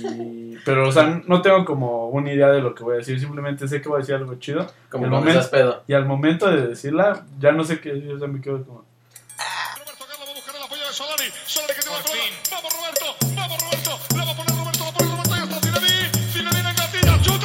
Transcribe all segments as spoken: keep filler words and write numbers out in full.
Y, pero, o sea, no tengo como una idea de lo que voy a decir. Simplemente sé que voy a decir algo chido. Como y, al cuando momento, estás pedo. y al momento de decirla, ya no sé qué decir. O sea, me quedo como... Roberto Carlos va a buscar el apoyo de Solari. Solari que tiene la pelota. Vamos Roberto, vamos Roberto. La va a poner Roberto, la pone Roberto. Ya está Zinedine. Zinedine en gatilla, chuta.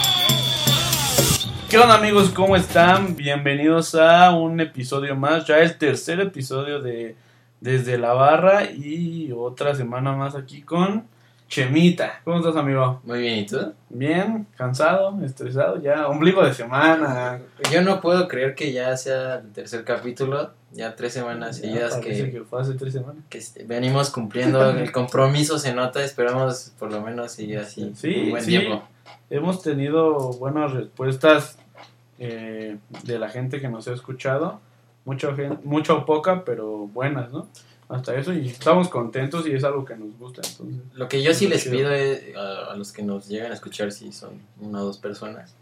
¿Qué onda, amigos? ¿Cómo están? Bienvenidos a un episodio más. Ya el tercer episodio de Desde la Barra. Y otra semana más aquí con Chemita. ¿Cómo estás, amigo? Muy bien, ¿y tú? Bien, cansado, estresado, ya, ombligo de semana. Yo no puedo creer que ya sea el tercer capítulo, ya tres semanas Ya seguidas parece que, que fue hace tres semanas. que venimos cumpliendo, el compromiso se nota, esperamos por lo menos seguir así Sí, un buen sí. tiempo. Hemos tenido buenas respuestas eh, de la gente que nos ha escuchado, mucha gente, mucha o poca, pero buenas, ¿no? Hasta eso, y estamos contentos y es algo que nos gusta, entonces. Lo que yo sí Muy les chido. pido es, a, a los que nos llegan a escuchar, si son una o dos personas,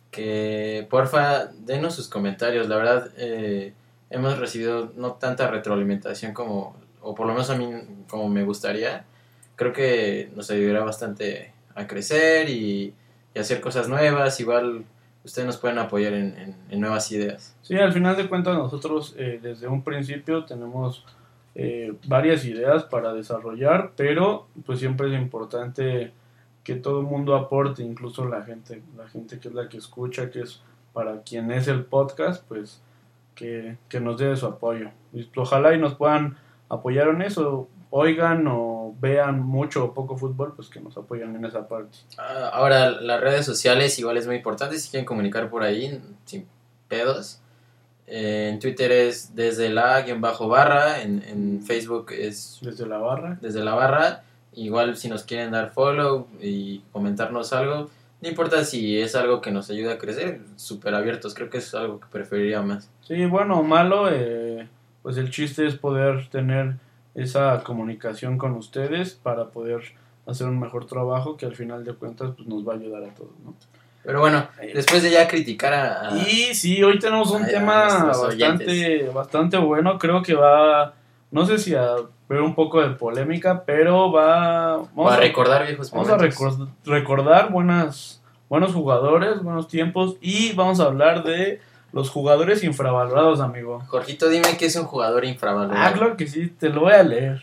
que porfa denos sus comentarios. La verdad, eh, hemos recibido no tanta retroalimentación como, o por lo menos a mí como me gustaría. Creo que nos ayudará bastante a crecer y, y hacer cosas nuevas. Igual ustedes nos pueden apoyar en, en, en nuevas ideas. Sí, al final de cuentas nosotros eh, desde un principio tenemos eh, varias ideas para desarrollar, pero pues siempre es importante que todo el mundo aporte, incluso la gente, la gente que es la que escucha, que es para quien es el podcast, pues que, que nos dé su apoyo. Y ojalá y nos puedan apoyar en eso, oigan o vean mucho o poco fútbol, pues que nos apoyen en esa parte. Ah, Ahora, las redes sociales igual es muy importante si quieren comunicar por ahí, sin pedos. Eh, en Twitter es desde la guión bajo barra, en, en Facebook es Desde la barra. desde la barra. Igual si nos quieren dar follow y comentarnos algo, no importa si es algo que nos ayuda a crecer, súper abiertos, creo que es algo que preferiría más. Sí, bueno o malo, eh, pues el chiste es poder tener esa comunicación con ustedes para poder hacer un mejor trabajo que al final de cuentas pues nos va a ayudar a todos, ¿no? Pero bueno, después de ya criticar a... a- Y sí, hoy tenemos un a- a tema nuestros bastante, bastante bueno, creo que va, no sé si a ver un poco de polémica, pero va... Vamos a recordar viejos Vamos a momentos. recor- recordar buenas, buenos jugadores, buenos tiempos, y vamos a hablar de los jugadores infravalorados, amigo. Jorgito, dime qué es un jugador infravalorado. Ah, claro que sí, te lo voy a leer.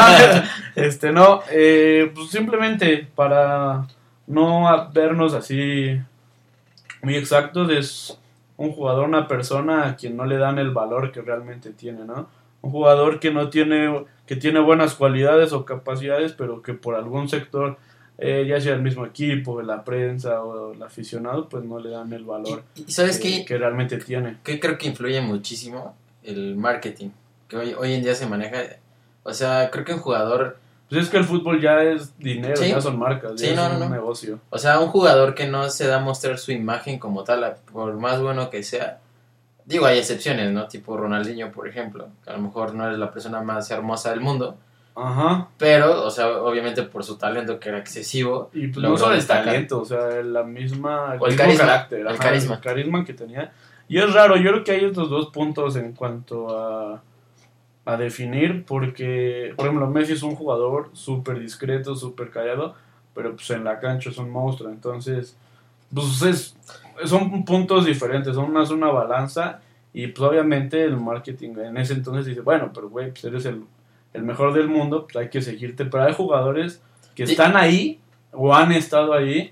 este, no, eh, pues simplemente para no vernos así muy exactos, es un jugador, una persona a quien no le dan el valor que realmente tiene, ¿no? Un jugador que no tiene, que tiene buenas cualidades o capacidades, pero que por algún sector, eh, ya sea el mismo equipo, la prensa o el aficionado, pues no le dan el valor Y, y ¿sabes que, qué? que realmente tiene. Que creo que influye muchísimo el marketing, que hoy, hoy en día se maneja. O sea, creo que un jugador, Pues es que el fútbol ya es dinero, Sí. ya son marcas, ya Sí, es no, un no, no. negocio. o sea, un jugador que no se da a mostrar su imagen como tal, a- por más bueno que sea. Digo, hay excepciones, ¿no? Tipo Ronaldinho, por ejemplo, que a lo mejor no es la persona más hermosa del mundo, Ajá. pero, o sea, obviamente por su talento que era excesivo, Y pues logró no solo el destacar. talento, o sea, la misma... O el mismo carisma, carácter, el ajá, carisma. el carisma que tenía. Y es raro, yo creo que hay estos dos puntos en cuanto a, a definir, porque, por ejemplo, Messi es un jugador súper discreto, súper callado, pero pues en la cancha es un monstruo, entonces, pues es, son puntos diferentes, son una, es una balanza, y pues obviamente el marketing en ese entonces dice, bueno, pero güey, pues eres el, el mejor del mundo, pues hay que seguirte, pero hay jugadores que Sí. están ahí, o han estado ahí,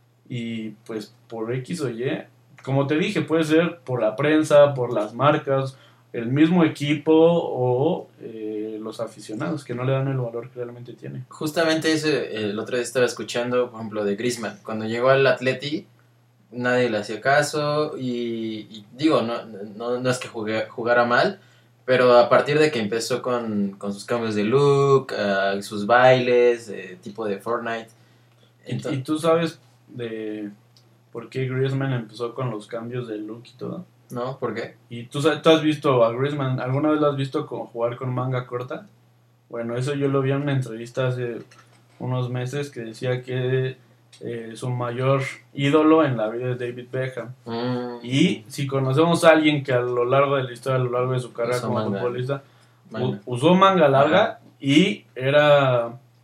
y pues por X o Y, como te dije, puede ser por la prensa, por las marcas, el mismo equipo o eh, los aficionados que no le dan el valor que realmente tiene. Justamente eso, el otro día estaba escuchando, por ejemplo, de Griezmann. Cuando llegó al Atleti, nadie le hacía caso y, y digo, no, no, no es que jugue- jugara mal, pero a partir de que empezó con, con sus cambios de look, uh, sus bailes, eh, tipo de Fortnite. Y, Ento- y tú sabes de por qué Griezmann empezó con los cambios de look y todo. ¿No? ¿Por qué? ¿Y tú, sa- tú has visto a Griezmann, alguna vez lo has visto con, jugar con manga corta? Bueno, eso yo lo vi en una entrevista hace unos meses que decía que eh, su mayor ídolo en la vida es David Beckham. Mm, Y si conocemos a alguien que a lo largo de la historia, a lo largo de su carrera Usó como manga. futbolista, manga. u- usó manga larga y era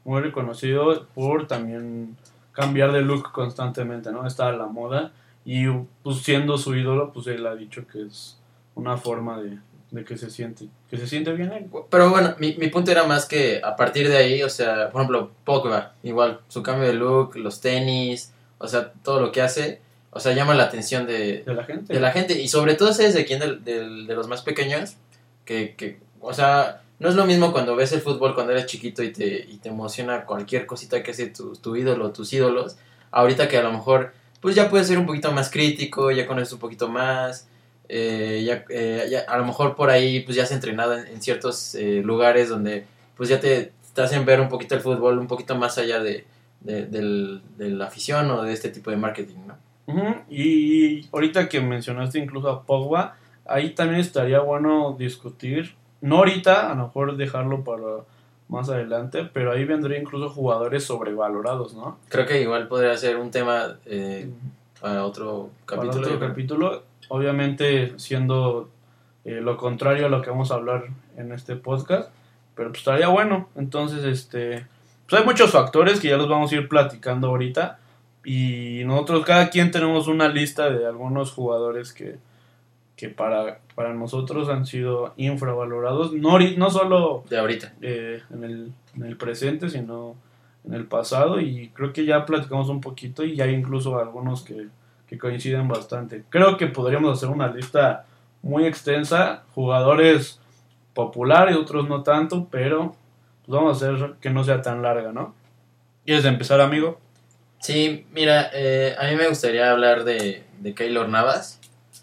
muy reconocido por también cambiar de look constantemente, ¿no? Está a la moda y pues siendo su ídolo, pues él ha dicho que es una forma de, de que se siente, que se siente bien él. Pero bueno, mi, mi punto era más que a partir de ahí, o sea, por ejemplo, Pogba, igual, su cambio de look, los tenis, o sea, todo lo que hace, o sea, llama la atención de, De la gente. de la gente. Y sobre todo ese de quién, del, del- de los más pequeños, que, que, o sea, no es lo mismo cuando ves el fútbol cuando eres chiquito y te, y te emociona cualquier cosita que hace tu, tu ídolo, tus ídolos, ahorita que a lo mejor, pues ya puedes ser un poquito más crítico, ya conoces un poquito más, eh, ya, eh, ya a lo mejor por ahí pues ya has entrenado en, en ciertos eh, lugares donde pues ya te, te hacen ver un poquito el fútbol, un poquito más allá de, de, del, de la afición o de este tipo de marketing, ¿no? Ujú, y ahorita que mencionaste incluso a Pogba, ahí también estaría bueno discutir, no ahorita, a lo mejor dejarlo para más adelante, pero ahí vendría incluso jugadores sobrevalorados, ¿no? Creo que igual podría ser un tema eh, para otro Para capítulo. otro capítulo, obviamente siendo eh, lo contrario a lo que vamos a hablar en este podcast, pero pues estaría bueno. Entonces, este, pues hay muchos factores que ya los vamos a ir platicando ahorita y nosotros cada quien tenemos una lista de algunos jugadores que, que para, para nosotros han sido infravalorados, no, ori- no solo De ahorita. eh, en, el, en el presente, sino en el pasado, y creo que ya platicamos un poquito y hay incluso algunos que, que coinciden bastante. Creo que podríamos hacer una lista muy extensa, jugadores populares, otros no tanto, pero pues vamos a hacer que no sea tan larga, ¿no? ¿Quieres empezar, amigo? Sí, mira, eh, a mí me gustaría hablar de, de Keylor Navas.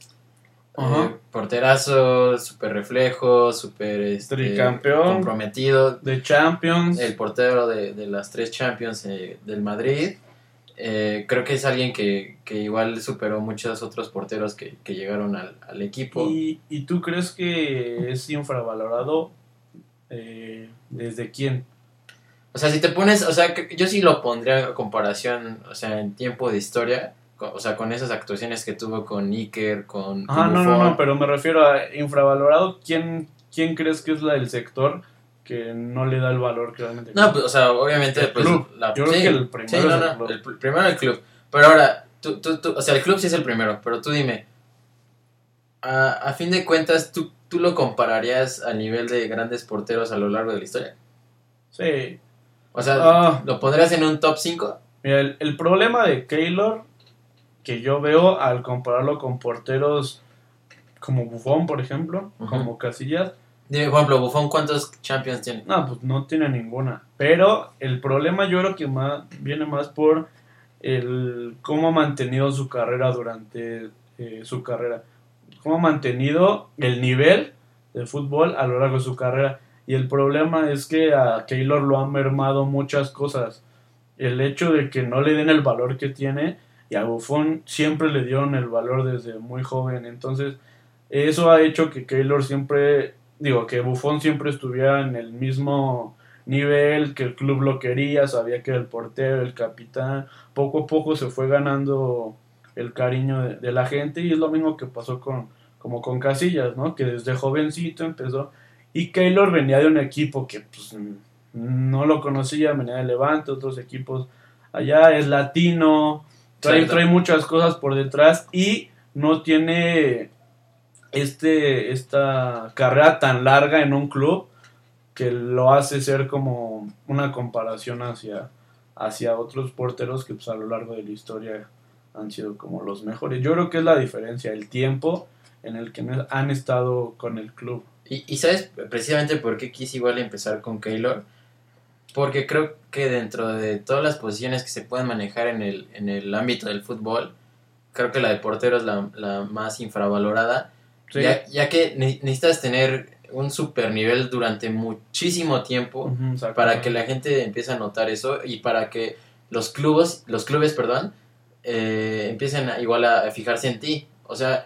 Ajá. Eh, porterazo, súper reflejo, súper este, Tricampeón. comprometido. De Champions. El portero de, de las tres Champions eh, del Madrid. Eh, creo que es alguien que, que igual superó muchos otros porteros que, que llegaron al, al equipo. ¿Y, ¿Y tú crees que es infravalorado? Eh, ¿Desde quién? O sea, si te pones, o sea, que- yo sí lo pondría a comparación, o sea, en tiempo de historia, co- o sea, con esas actuaciones que tuvo con Iker, con, Ah, con no, no, Buffon. no, pero me refiero a infravalorado. ¿Quién, quién crees que es la del sector que no le da el valor que realmente No, pues, o sea, obviamente, El pues, club. la, Yo creo sí, que el primero sí, es no, el no, club. el pr- primero el club. Pero ahora, tú, tú, tú, o sea, el club sí es el primero, pero tú dime, a, a fin de cuentas, ¿tú, ¿tú lo compararías al nivel de grandes porteros a lo largo de la historia? Sí. O sea, Ah. ¿lo pondrías en un top cinco? Mira, el, el problema de Keylor que yo veo al compararlo con porteros como Buffon, por ejemplo, Ujú. como Casillas, Dime, por ejemplo, Buffon, ¿cuántos Champions tiene? no, pues no tiene ninguna. Pero el problema yo creo que más, viene más por el cómo ha mantenido su carrera durante eh, su carrera. Cómo ha mantenido el nivel de fútbol a lo largo de su carrera. Y el problema es que a Keylor lo han mermado muchas cosas. El hecho de que no le den el valor que tiene, y a Buffon siempre le dieron el valor desde muy joven. Entonces, eso ha hecho que Keylor siempre, digo, que Buffon siempre estuviera en el mismo nivel, que el club lo quería, sabía que era el portero, el capitán. Poco a poco se fue ganando el cariño de, de la gente, y es lo mismo que pasó con, como con Casillas, ¿no? Que desde jovencito empezó, y Keylor venía de un equipo que pues no lo conocía, venía de Levante, otros equipos allá, es latino, trae, Exacto. trae muchas cosas por detrás y no tiene este esta carrera tan larga en un club que lo hace ser como una comparación hacia, hacia otros porteros que pues a lo largo de la historia han sido como los mejores. Yo creo que es la diferencia, el tiempo en el que han estado con el club. Y, y ¿sabes precisamente por qué quise igual empezar con Keylor? Porque creo que dentro de todas las posiciones que se pueden manejar en el, en el ámbito del fútbol, creo que la de portero es la, la más infravalorada, Sí. ya, ya que ne- necesitas tener un super nivel durante muchísimo tiempo Ujú, exacto. para que la gente empiece a notar eso y para que los clubes, los clubes, perdón, eh, empiecen a, igual a, a fijarse en ti. O sea,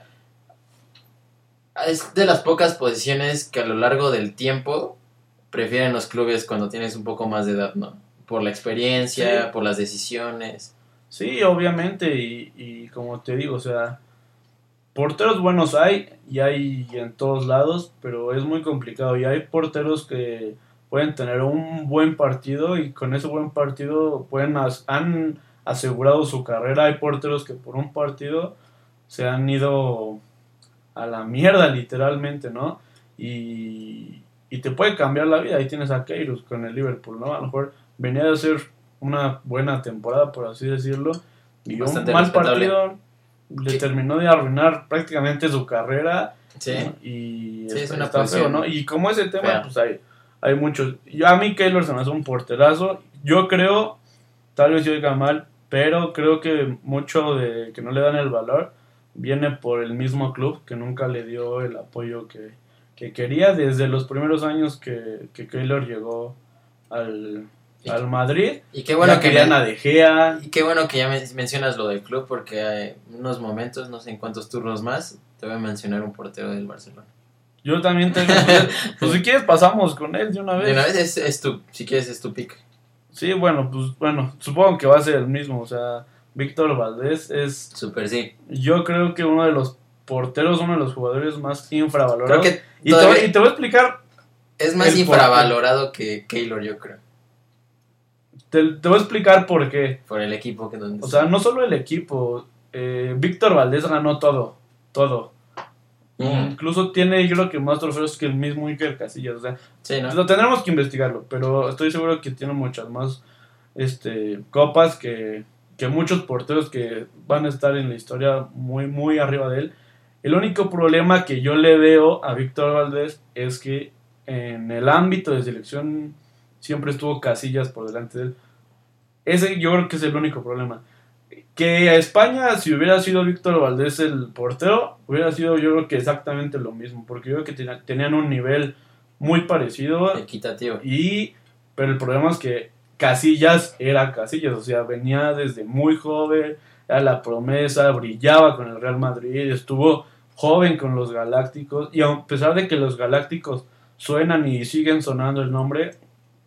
es de las pocas posiciones que a lo largo del tiempo prefieren los clubes cuando tienes un poco más de edad, ¿no? Por la experiencia, Sí. por las decisiones. Sí, obviamente, y, y como te digo, o sea, porteros buenos hay, y hay en todos lados, pero es muy complicado, y hay porteros que, pueden tener un buen partido y con ese buen partido pueden as- han asegurado su carrera. Hay porteros que por un partido se han ido a la mierda literalmente, ¿no? Y, y te puede cambiar la vida. Ahí tienes a Keiros con el Liverpool, ¿no? A lo mejor venía de hacer una buena temporada, por así decirlo, y Bastante un mal respetable. partido le Sí. terminó de arruinar prácticamente su carrera. Sí. ¿no? Y Sí, es está, una está feo, posición ¿no? Y como ese tema, fea. pues hay, hay muchos. Yo, a mí Keylor se me hace un porterazo. Yo creo, tal vez yo diga mal, pero creo que mucho de que no le dan el valor viene por el mismo club que nunca le dio el apoyo que, que quería desde los primeros años que, que Keylor llegó al, Y- al Madrid. Y qué bueno Ya que querían men- a De Gea. y qué bueno que ya men- mencionas lo del club, porque hay unos momentos, no sé en cuántos turnos más, te voy a mencionar un portero del Barcelona. Yo también tengo. Pues, pues si quieres pasamos con él de una vez. De una vez es, es tu, si quieres es tu pick. Sí, bueno, pues bueno, supongo que va a ser el mismo. O sea, Víctor Valdés es, Super, sí. yo creo que uno de los porteros, uno de los jugadores más Creo infravalorados. que y, te, todavía voy- y te voy a explicar, es más el infravalorado que Keylor, yo creo, te, te voy a explicar por qué. por el equipo que donde O sea, no solo el equipo, eh, Víctor Valdés ganó todo, todo. Mm. Incluso tiene, yo creo que más trofeos que el mismo Iker Casillas. O sea, Sí, ¿no? lo tendremos que investigarlo, pero estoy seguro que tiene muchas más este, copas que, que muchos porteros que van a estar en la historia muy, muy arriba de él. El único problema que yo le veo a Víctor Valdés es que en el ámbito de selección siempre estuvo Casillas por delante de él. Ese yo creo que es el único problema. Que a España, si hubiera sido Víctor Valdés el portero, hubiera sido yo creo que exactamente lo mismo, porque yo creo que ten- tenían un nivel muy parecido. Equitativo. Y, pero el problema es que Casillas era Casillas, o sea, venía desde muy joven, era la promesa, brillaba con el Real Madrid, estuvo joven con los Galácticos, y a pesar de que los Galácticos suenan y siguen sonando el nombre,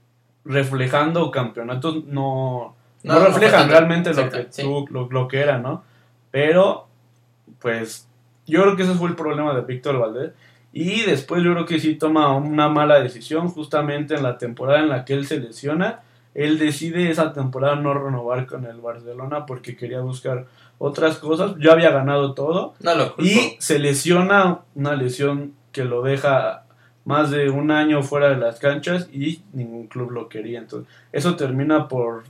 reflejando campeonatos, no, no, No, no reflejan fue tanto. realmente lo Exacto, que, sí. tú- lo, lo que era, ¿no? Pero, pues, yo creo que ese fue el problema de Víctor Valdés. Y después yo creo que sí toma una mala decisión justamente en la temporada en la que él se lesiona. Él decide esa temporada no renovar con el Barcelona porque quería buscar otras cosas. Ya había ganado todo. No lo culpo. Y se lesiona una lesión que lo deja más de un año fuera de las canchas y ningún club lo quería. Entonces, eso termina por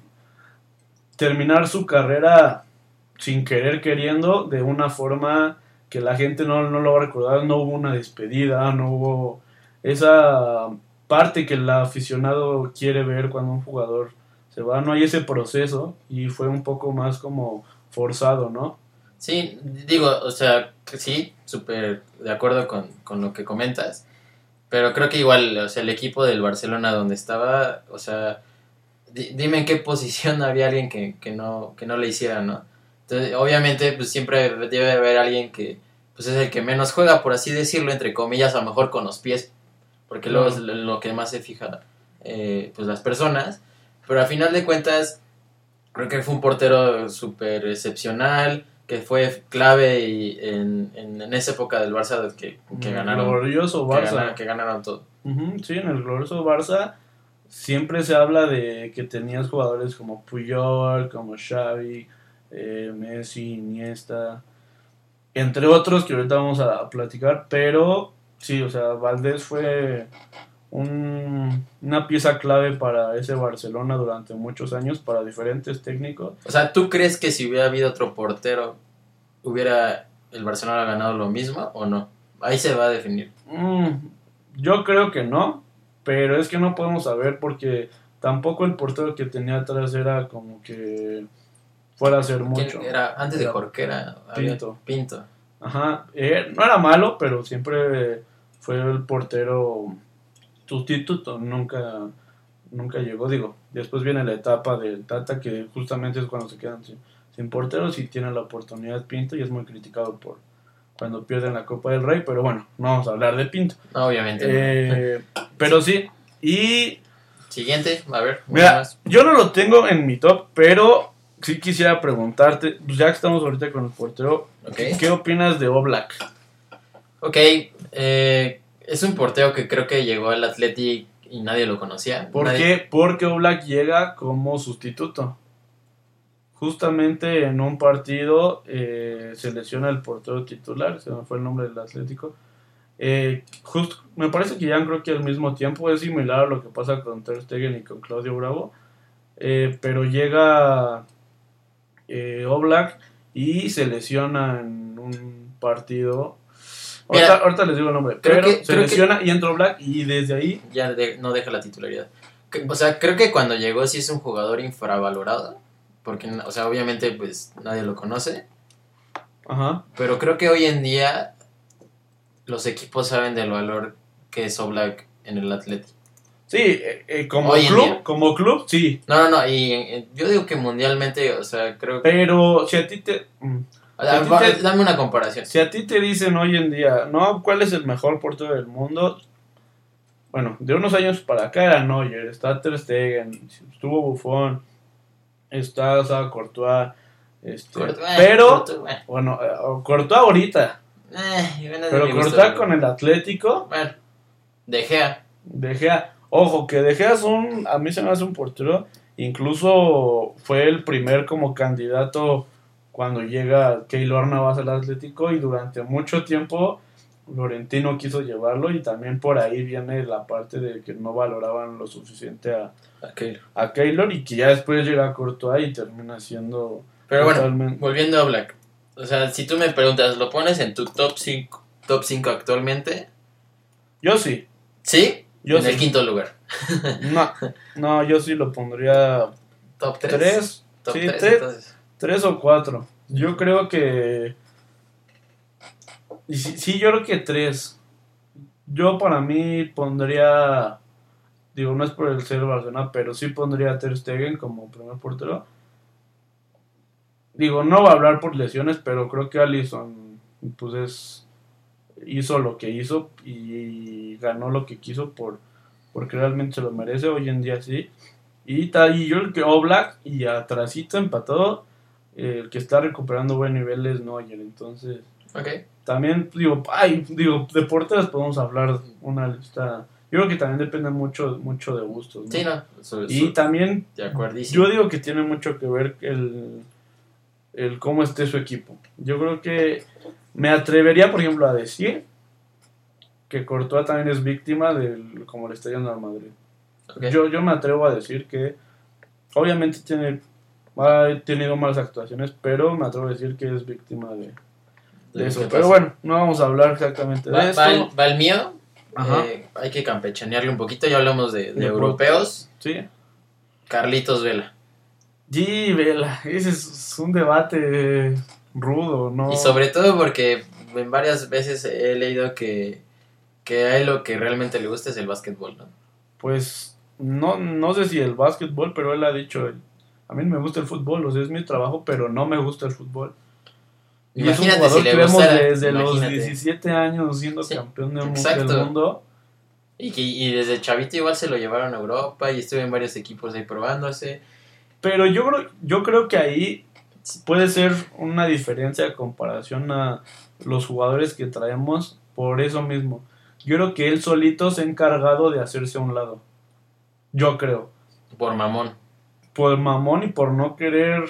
terminar su carrera sin querer queriendo, de una forma que la gente no, no lo va a recordar. No hubo una despedida, no hubo esa parte que el aficionado quiere ver cuando un jugador se va, no hay ese proceso y fue un poco más como forzado, ¿no? Sí, digo, o sea, que sí, súper de acuerdo con, con lo que comentas, pero creo que igual, o sea, el equipo del Barcelona donde estaba, o sea, di- dime en qué posición había alguien que, que, no, que no le hiciera, ¿no? Entonces, obviamente, pues siempre debe haber alguien que, pues es el que menos juega, por así decirlo, entre comillas, a lo mejor con los pies, porque luego es lo, lo que más se fija, eh, pues las personas, pero al final de cuentas, creo que fue un portero súper excepcional, que fue clave y en, en, en esa época del Barça que, que El ganaron, glorioso que, Barça. ganaron, que ganaron todo. Ujú, sí, en el glorioso Barça siempre se habla de que tenías jugadores como Puyol, como Xavi, eh, Messi, Iniesta, entre otros que ahorita vamos a platicar, pero sí, o sea, Valdés fue un, una pieza clave para ese Barcelona durante muchos años, para diferentes técnicos. O sea, ¿tú crees que si hubiera habido otro portero, hubiera el Barcelona ganado lo mismo o no? Ahí se va a definir. Mm, yo creo que no, pero es que no podemos saber porque tampoco el portero que tenía atrás era como que fuera a hacer mucho. ¿Quién era? Antes de Era Jorquera. había- Pinto. Pinto. Ajá, eh, no era malo, pero siempre fue el portero sustituto, nunca, nunca llegó, digo, después viene la etapa del Tata que justamente es cuando se quedan sin, sin porteros y tiene la oportunidad Pinto y es muy criticado por cuando pierden la Copa del Rey, pero bueno, no vamos a hablar de Pinto. No, obviamente. no. Eh, pero sí, y Siguiente, a ver. uno mira, más. yo no lo tengo en mi top, pero sí quisiera preguntarte, pues ya que estamos ahorita con el portero, Ok. ¿qué opinas de Oblak? Ok, eh, es un portero que creo que llegó al Athletic y nadie lo conocía. ¿Por nadie... qué? Porque Oblak llega como sustituto. Justamente en un partido eh, se lesiona el portero titular, se me fue el nombre del Atlético. Eh, just, me parece que ya creo que al mismo tiempo es similar a lo que pasa con Ter Stegen y con Claudio Bravo. Eh, pero llega eh, Oblak y se lesiona en un partido. Ahorita, Mira, ahorita les digo el nombre. creo Pero que- se creo lesiona y entra Oblak y desde ahí. Ya de- no deja la titularidad. Que- O sea, creo que cuando llegó sí es un jugador infravalorado. Porque, o sea, obviamente pues nadie lo conoce. Ajá. Pero creo que hoy en día los equipos saben del valor que es Oblak en el Atleti. Sí, eh, eh, como Hoy en club, día. como club, sí. No, no, no. Y eh, yo digo que mundialmente, o sea, creo que... Pero si a ti te. mm, Ah, a ti va- te- Dame una comparación. Si a ti te dicen hoy en día, no, ¿cuál es el mejor portero del mundo? Bueno, de unos años para acá era Neuer, está Ter Stegen, estuvo Buffon, está, o sea, Courtois, este, Courtois, pero, Courtois, eh, bueno, eh, Courtois ahorita, eh, bueno, es de pero mi gusto, Courtois pero- con el Atlético, Bueno, De Gea. De Gea, ojo, que De Gea es un, a mí se me hace un portero, incluso fue el primer como candidato cuando llega Keylor Navas al Atlético y durante mucho tiempo Florentino quiso llevarlo y también por ahí viene la parte de que no valoraban lo suficiente a, Ok. a Keylor y que ya después llega a Courtois y termina siendo Pero bueno, totalmente- volviendo a Black. O sea, si tú me preguntas, ¿lo pones en tu top cinco, top cinco actualmente? Yo sí, Sí, yo en sí. el quinto lugar. No, no, yo sí lo pondría Top tres. tres, Top sí, tres, tres, entonces. tres o cuatro. Yo creo que y sí, sí, yo creo que tres. Yo para mí pondría, digo, no es por el ser Barcelona, pero sí pondría a Ter Stegen como primer portero. Digo, no va a hablar por lesiones, pero creo que Alisson pues es, hizo lo que hizo y ganó lo que quiso por porque realmente se lo merece, hoy en día sí. Y, ta- y yo creo que Oblak y atrasito empatado, eh, el que está recuperando buen nivel es Neuer, entonces Ok. también digo, ay, digo, de porteros podemos hablar una lista. Yo creo que también depende mucho mucho de gustos, ¿no? Sí, no. Su- Y su- también de acuerdísimo. yo digo que tiene mucho que ver el, el cómo esté su equipo. Yo creo que me atrevería, por ejemplo, a decir que Courtois también es víctima del cómo le está yendo al Madrid. Ok. Yo, yo me atrevo a decir que obviamente tiene ha tenido malas actuaciones, pero me atrevo a decir que es víctima de, de eso. ¿Qué Pero pasa? bueno, no vamos a hablar exactamente de Va, esto. va el, va el mío. Ajá. Eh, hay que campechanearle un poquito. Ya hablamos de, de De europeos. Sí. Carlitos Vela. G, Vela, ese es un debate rudo, ¿no? Y sobre todo porque en varias veces he leído que, que a él lo que realmente le gusta es el básquetbol, ¿no? Pues no, no sé si el básquetbol, pero él ha dicho, a mí me gusta el fútbol, o sea, es mi trabajo, pero no me gusta el fútbol. Y es un Imagínate jugador si le que vemos gustara, desde los imagínate. diecisiete años siendo Sí, campeón del, mu- exacto. del mundo. Y, que, y desde chavito igual se lo llevaron a Europa y estuve en varios equipos ahí probándose. Pero yo creo, yo creo que ahí puede ser una diferencia a comparación a los jugadores que traemos por eso mismo. Yo creo que él solito se ha encargado de hacerse a un lado. Yo creo. Por mamón. Por mamón y por no querer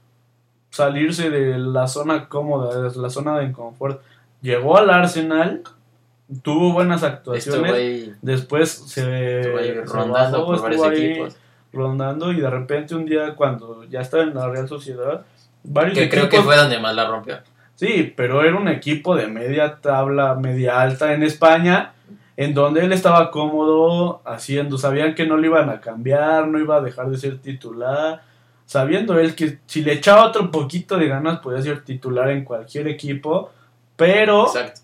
salirse de la zona cómoda, de la zona de confort. Llegó al Arsenal, tuvo buenas actuaciones, Estuvo ahí, después se, estuvo ahí se rondando bajó, por varios estuvo ahí equipos. rondando y de repente un día cuando ya estaba en la Real Sociedad, varios Que creo equipos, que fue donde más la rompió. sí, pero era un equipo de media tabla, media alta en España, en donde él estaba cómodo haciendo, sabían que no le iban a cambiar, no iba a dejar de ser titular, sabiendo él que si le echaba otro poquito de ganas podía ser titular en cualquier equipo, pero Exacto.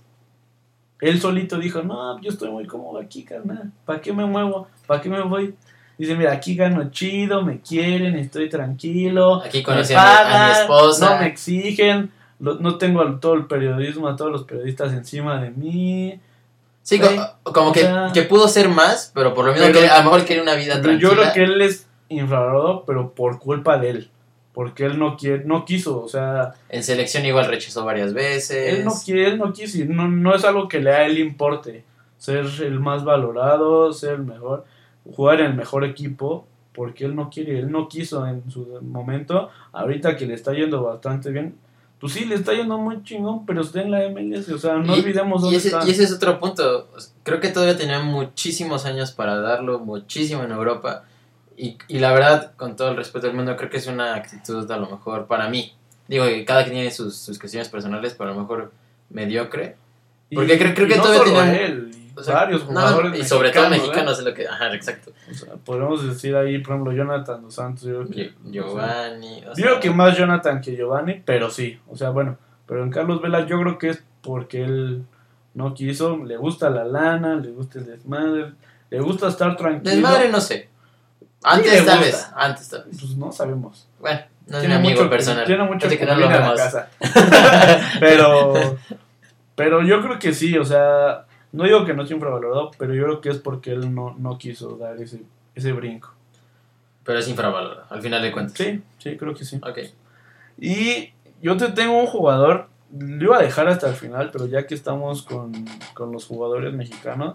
él solito dijo, no, yo estoy muy cómodo aquí, carnal, ¿para qué me muevo? ¿Para qué me voy? Dice, mira, aquí gano chido, me quieren, estoy tranquilo, Aquí me conocí a mi, a mi pagan, esposa. no me exigen, lo- no tengo al- todo el periodismo, a todos los periodistas encima de mí. Sí, Güey, co- como o que, sea- que pudo ser más, pero por lo mismo Pero- que a lo mejor quería una vida Pero tranquila. yo creo que él es infravalorado, pero por culpa de él, porque él no quiere, no quiso, o sea, En selección igual rechazó varias veces. él no quiere, él no quiso, y no, no es algo que le a él importe, ser el más valorado, ser el mejor. jugar en el mejor equipo, porque él no quiere, él no quiso en su momento. Ahorita que le está yendo bastante bien, pues sí, le está yendo muy chingón, pero está en la M L S, o sea, no y, olvidemos y dónde ese, está. Y ese es otro punto. Creo que todavía tenía muchísimos años para darlo, muchísimo en Europa. Y, y la verdad, con todo el respeto del mundo, creo que es una actitud a lo mejor para mí. Digo que cada quien tiene sus, sus cuestiones personales, pero a lo mejor mediocre. Porque y, creo, creo y que no todavía solo tiene él, y o sea, varios no, jugadores y sobre todo mexicanos, mexicanos ¿eh? es lo que... Ajá, exacto. O sea, podemos decir ahí, por ejemplo, Jonathan Dos Santos. Yo creo que, Giovanni... o sea, digo que más Jonathan que Giovanni, pero sí. O sea, bueno, pero en Carlos Vela yo creo que es porque él no quiso, le gusta la lana, le gusta el desmadre, le gusta estar tranquilo. Desmadre no sé. Antes Sí, tal gusta. vez, antes tal vez. Pues no sabemos. Bueno, no es mi Tiene amigo mucho, personal. Tiene mucho Así que que no no lo viene a la vemos. casa. pero, pero yo creo que sí, o sea, no digo que no esté infravalorado, pero yo creo que es porque él no, no quiso dar ese, ese brinco. Pero es infravalorado, al final de cuentas. Sí, sí, creo que sí. Ok. Y yo te tengo un jugador, lo iba a dejar hasta el final, pero ya que estamos con, con los jugadores mexicanos,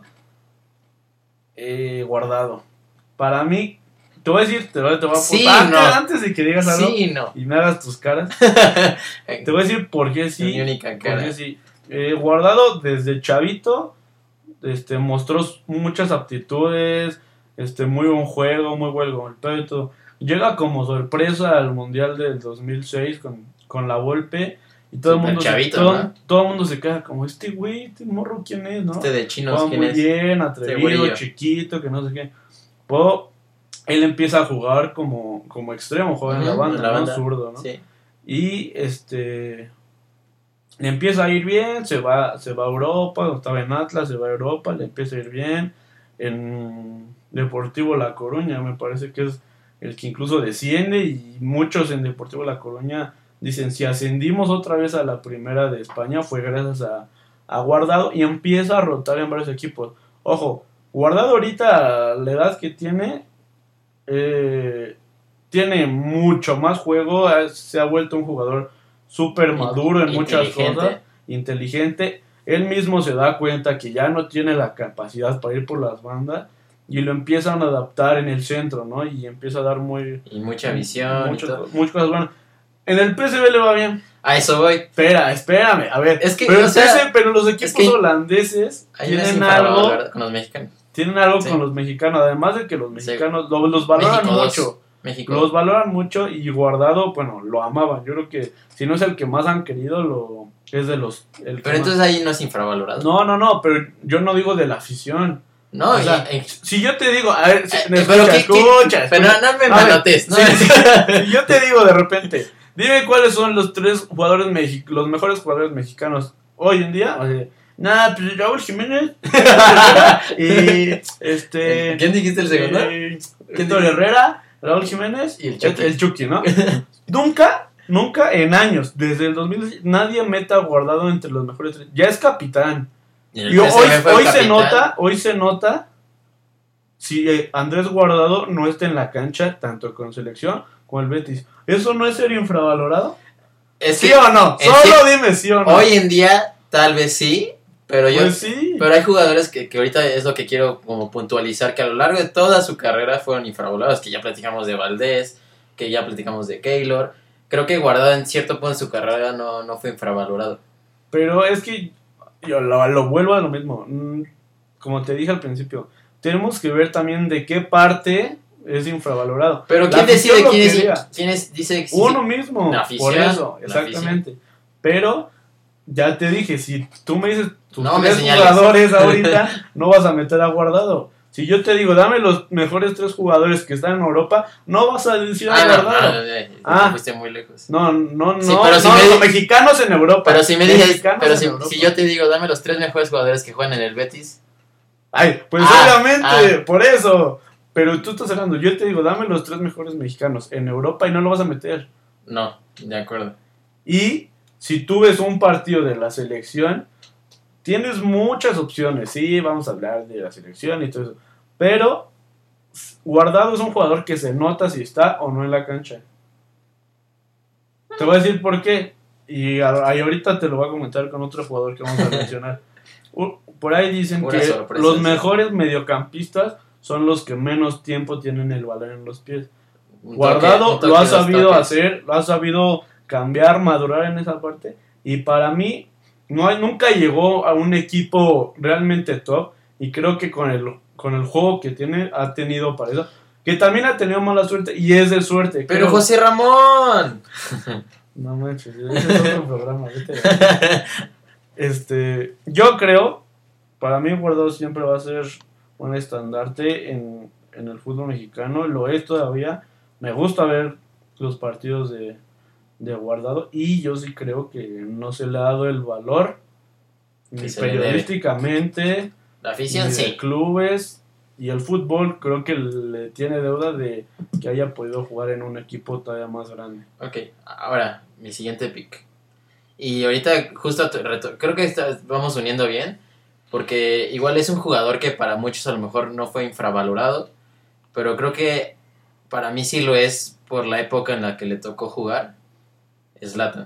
eh, Guardado. Para mí, te voy a decir, te voy, te voy a Sí, antes, no. antes de que digas algo Sí, no. y me hagas tus caras, te voy a decir por qué sí. Mi única cara. Por qué sí. Eh, Guardado desde chavito este, mostró muchas aptitudes, este, muy buen juego, muy buen golpeo y todo. Llega como sorpresa al Mundial del dos mil seis con, con la Volpe y todo el Súper mundo chavito, se, todo, ¿no? todo el mundo se queda como este güey, este morro quién es, ¿no? Este de chinos, Juega ¿quién muy es? bien, atrevido, güerillo. chiquito, que no sé qué. Luego él empieza a jugar como, como extremo, juega en la Ujú, banda, en la ¿no? banda. Zurdo, ¿no? Sí. Y este le empieza a ir bien, se va, se va a Europa, estaba en Atlas, se va a Europa, le empieza a ir bien. En Deportivo La Coruña, me parece que es el que incluso desciende, y muchos en Deportivo La Coruña dicen, si ascendimos otra vez a la primera de España fue gracias a, a Guardado, y empieza a rotar en varios equipos. Ojo, Guardado ahorita, la edad que tiene, eh, tiene mucho más juego, se ha vuelto un jugador súper maduro en muchas cosas, inteligente. Él mismo se da cuenta que ya no tiene la capacidad para ir por las bandas y lo empiezan a adaptar en el centro, ¿no? Y empieza a dar muy... Y mucha visión muchas, y todo. muchas cosas buenas. En el P S V le va bien. A eso voy. Espera, espérame, a ver. Es que, pero, o el sea, P S V, pero los equipos es que holandeses Hay una tienen algo, con los mexicanos. tienen algo Sí. con los mexicanos. Además de que los Sí. mexicanos lo- los valoran México dos. mucho. México. Los valoran mucho y Guardado, bueno, lo amaban. Yo creo que si no es el que más han querido, lo es de los... El que Pero más- entonces ahí no es infravalorado. No, no, no, pero yo no digo de la afición. No, O sea, y- y- si yo te digo, a ver, si- eh, escucha, pero ¿qué- escucha, qué- pero escucha. no me A ver, manotes, ¿no? si, si- si yo te digo de repente, dime cuáles son los tres jugadores mexi- los mejores jugadores mexicanos hoy en día. O sea, nada, pues Raúl Jiménez y este ¿Quién dijiste el segundo? eh, Héctor Herrera, Raúl Jiménez Y el Chucky. el Chucky, ¿no? nunca, nunca en años, desde el dos mil diez, nadie meta Guardado entre los mejores tres. Ya es capitán. Y el Y hoy, P S V fue el hoy se capitán. nota, hoy se nota si eh, Andrés Guardado no está en la cancha, tanto con selección como el Betis. ¿Eso no es ser infravalorado? Es ¿Sí que o no? es Solo dime sí o no. hoy en día tal vez sí, pero yo Pues sí. pero hay jugadores que, que ahorita es lo que quiero como puntualizar, que a lo largo de toda su carrera fueron infravalorados, que ya platicamos de Valdés, que ya platicamos de Keylor. Creo que Guardado en cierto punto de su carrera no, no fue infravalorado. Pero es que yo lo, lo vuelvo a lo mismo. Mm, Como te dije al principio, tenemos que ver también de qué parte es infravalorado. Pero La ¿quién afición decide lo quién quería. es, quién es dice sí, Uno sí. mismo. La afición, Por eso, la exactamente. Pero ya te dije, si tú me dices tus No me tres señales. jugadores ahorita, no vas a meter a Guardado. Si yo te digo, dame los mejores tres jugadores que están en Europa, no vas a decir a Ah, no, Guardado. no, no, no, Ah. te fuiste muy lejos. No, no, no. Sí, pero si no, me los di- mexicanos en Europa. Pero si me dices, Mexicanos pero en si, Europa. si yo te digo, dame los tres mejores jugadores que juegan en el Betis. Ay, pues Ah, obviamente, ah. por eso. Pero tú estás hablando, yo te digo, dame los tres mejores mexicanos en Europa y no lo vas a meter. No, de acuerdo. Y si tú ves un partido de la selección, tienes muchas opciones. Sí, vamos a hablar de la selección y todo eso. Pero Guardado es un jugador que se nota si está o no en la cancha. Te voy a decir por qué. Y a- ahí ahorita te lo voy a comentar con otro jugador que vamos a mencionar. U- Por ahí dicen Una que sorpresa, los sí. mejores mediocampistas son los que menos tiempo tienen el balón en los pies. Un Guardado toque, un toque, lo ha dos sabido toques. hacer, lo ha sabido cambiar, madurar en esa parte. Y para mí, no hay, nunca llegó a un equipo realmente top. Y creo que con el, con el juego que tiene, ha tenido para eso. Que también ha tenido mala suerte y es de suerte. Pero creo. José Ramón. No manches, ese es otro programa. Vete. Este, yo creo, para mí Guardado siempre va a ser un estandarte en, en el fútbol mexicano. Lo es todavía. Me gusta ver los partidos de, de Guardado y yo sí creo que no se le ha dado el valor Que ni se le debe. periodísticamente, La afición ni de sí. clubes. Y el fútbol creo que le tiene deuda de que haya podido jugar en un equipo todavía más grande. Ok, ahora, mi siguiente pick. Y ahorita justo te- reto- creo que esta- vamos uniendo bien, porque igual es un jugador que para muchos a lo mejor no fue infravalorado, pero creo que para mí sí lo es por la época en la que le tocó jugar. Zlatan.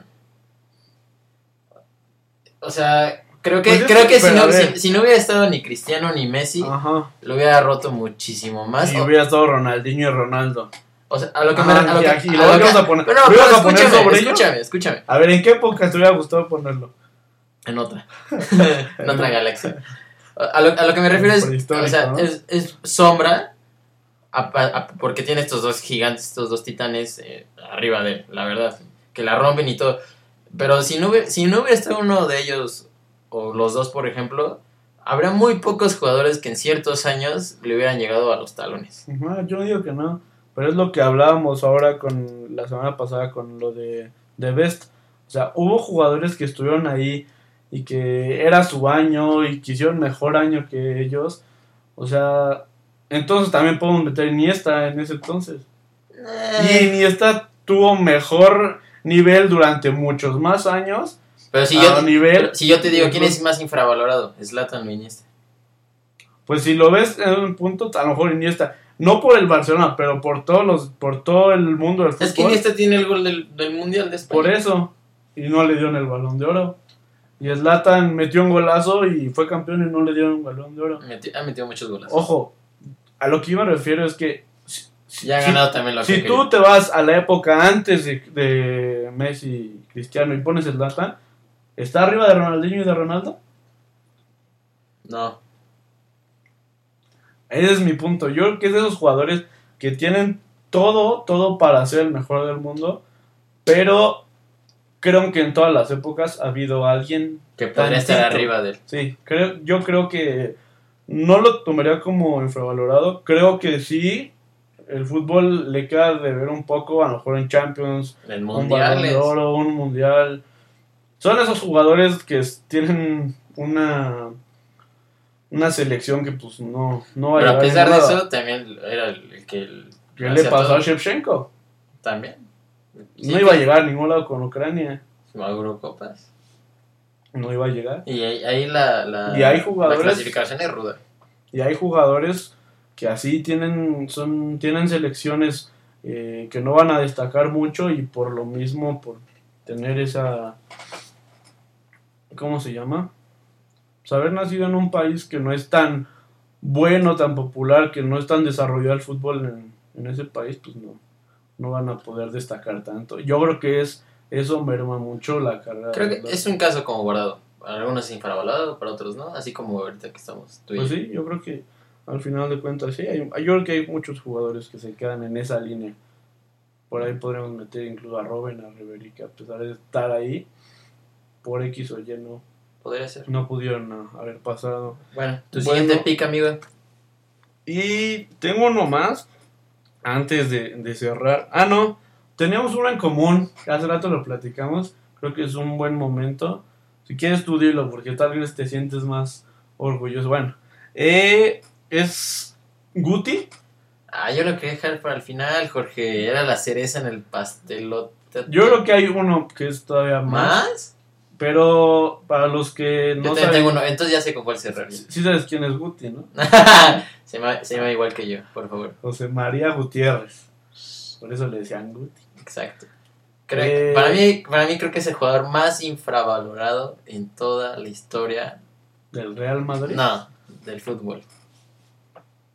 O sea, creo que, Pues es creo que, que si pero a no, ver. si, si no hubiera estado ni Cristiano ni Messi, Ajá. lo hubiera roto muchísimo más. Si O- hubiera estado Ronaldinho y Ronaldo. O sea, a lo que Ajá, me a lo y que- aquí a lo lo ibas que- a poner- pero ¿lo no, ibas pero a poner escúchame, sobre ello? escúchame, escúchame. A ver, ¿en qué época te hubiera gustado ponerlo? En otra. En otra galaxia. A lo, a lo que me refiero es, Prehistórico, o sea, ¿no? es, es sombra a- a- a- porque tiene estos dos gigantes, estos dos titanes eh, arriba de él, la verdad, que la rompen y todo. Pero si no, hubiera, si no hubiera estado uno de ellos, o los dos, por ejemplo, habrá muy pocos jugadores que en ciertos años le hubieran llegado a los talones. Ajá, yo no digo que no, pero es lo que hablábamos ahora con la semana pasada con lo de, de Best. O sea, hubo jugadores que estuvieron ahí y que era su año y que hicieron mejor año que ellos. O sea, entonces también podemos meter Iniesta en ese entonces. Y Eh, Iniesta tuvo mejor nivel durante muchos más años. pero si a yo, nivel- pero si yo te digo, ¿quién incluso- es más infravalorado? Zlatan o Iniesta. Pues si lo ves en un punto, a lo mejor Iniesta, no por el Barcelona, pero por todos los, por todo el mundo del fútbol. Es que Iniesta tiene el gol del, del Mundial de España. Por eso. Y no le dieron el Balón de Oro. Y Zlatan metió un golazo y fue campeón y no le dieron un Balón de Oro. Meti- ha metido muchos goles. Ojo, a lo que yo me refiero es que si, si- Ya ha si- ganado también lo si que tú te vas a la época antes de, de Messi y Cristiano y pones Zlatan, ¿está arriba de Ronaldinho y de Ronaldo? No. Ese es mi punto. Yo creo que es de esos jugadores que tienen todo, todo para ser el mejor del mundo, pero creo que en todas las épocas ha habido alguien Que podría estar tantito. arriba de él. Sí, creo, yo creo que no lo tomaría como infravalorado. Creo que sí, el fútbol le queda de ver un poco, a lo mejor en Champions, En un Balón de mundiales. Oro, un Mundial. Son esos jugadores que s- tienen una una selección que pues no, no va a Pero a llegar pesar de ningún lado. eso, también era el, el que. el- ¿Qué le hacía pasó todo. a Shevchenko? También. Sí, No iba a que- llegar a ningún lado con Ucrania. a Eurocopas. No iba a llegar. Y ahí, ahí la, la, Y hay la jugadores- clasificación es ruda. Y hay jugadores que así tienen son tienen selecciones eh, que no van a destacar mucho y por lo mismo, por tener esa... ¿Cómo se llama? Pues haber nacido en un país que no es tan bueno, tan popular, que no es tan desarrollado el fútbol en, en ese país, pues no, no van a poder destacar tanto. Yo creo que es eso merma mucho la carrera. Creo de que es un caso como Guardado. Para algunos es infravalorado, para otros no. Así como ahorita que estamos tú y Pues yo. sí, yo creo que al final de cuentas sí. Hay, yo creo que hay muchos jugadores que se quedan en esa línea. Por ahí podríamos meter incluso a Robben, a Ribery, que a pesar de estar ahí, por X o Y no, Podría ser. no pudieron ah, haber pasado. Bueno, tu Bueno. siguiente pick, amigo. Y tengo uno más antes de, de cerrar. Ah, no, tenemos uno en común. Hace rato lo platicamos. Creo que es un buen momento. Si quieres tú dilo, porque tal vez te sientes más orgulloso. Bueno, eh, es Guti. Ah, yo lo quería dejar para el final, Jorge. Era la cereza en el pastelote. Yo creo que hay uno que es todavía más. ¿Más? Pero para los que Yo no también saben, tengo uno. Entonces ya sé con cuál cerrar. sí sabes quién es Guti, ¿no? se, llama, se llama igual que yo, por favor. José María Gutiérrez. Por eso le decían Guti. Exacto. Creo, Eh. para, mí, para mí creo que es el jugador más infravalorado en toda la historia. Del Real Madrid. No, del fútbol.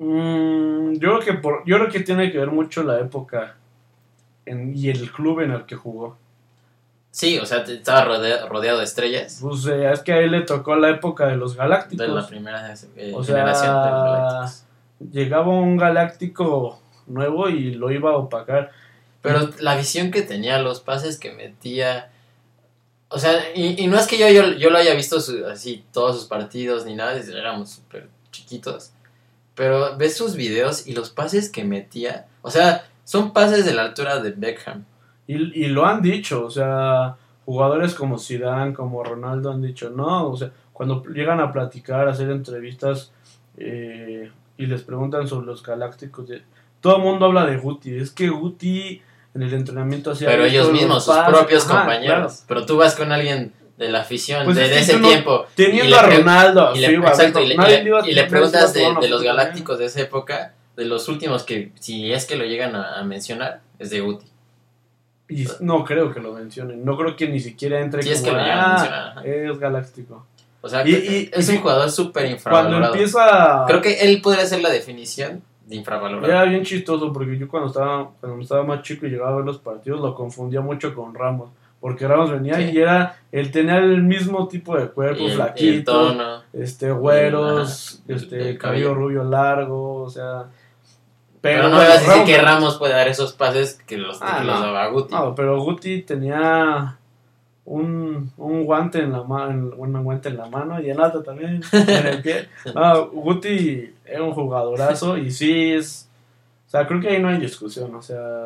Mm, yo creo que por, yo creo que tiene que ver mucho la época en, y el club en el que jugó. Sí, o sea, te- estaba rodea- rodeado de estrellas. Pues eh, es que a él le tocó la época de los Galácticos. De la primera eh, O generación de los sea, Galácticos. llegaba un Galáctico nuevo y lo iba a opacar. Pero la visión que tenía, los pases que metía. O sea, y, y no es que yo, yo, yo lo haya visto su- así todos sus partidos ni nada, desde- éramos súper chiquitos. Pero ves sus videos y los pases que metía. O sea, son pases de la altura de Beckham. Y, y lo han dicho, o sea, jugadores como Zidane, como Ronaldo han dicho, no, o sea, cuando llegan a platicar, a hacer entrevistas eh, y les preguntan sobre los Galácticos, de- todo el mundo habla de Guti, es que Guti en el entrenamiento hacía Pero esto, ellos los mismos, sus pases, propios ajá, compañeros. claro. Pero tú vas con alguien de la afición Pues de, es de que ese tú no- tiempo. Teniendo y le a pre- Ronaldo, Y le, sí, va, exacto, y le, nadie y le- iba a- y le nadie preguntas iba a de, tomar de una los foto con él. Galácticos de esa época, de los últimos que, si es que lo llegan a, a mencionar, es de Guti. Y no creo que lo mencionen, no creo que ni siquiera entre Si es como, que lo llegan a "Ah, mencionar, ajá". es Galáctico. O sea, Y- que y- es y- un jugador súper Cuando infravalorado. empieza... Creo que él podría ser la definición de infravalorado. Era bien chistoso porque yo cuando estaba cuando estaba más chico y llegaba a ver los partidos lo confundía mucho con Ramos, porque Ramos venía Sí. y era él tenía el mismo tipo de cuerpo, Y el, y el flaquito, tono. este güeros, Ajá, el- este el cabello cabello. rubio largo, o sea, Pero, no me bueno, vas a decir Ramos- que Ramos puede dar esos pases que los, Ah, que los no. daba Guti. No, pero Guti tenía un, un guante en la mano, un guante en la mano y en la otra también en el pie. No, Guti era un jugadorazo y sí es, o sea, creo que ahí no hay discusión, o sea,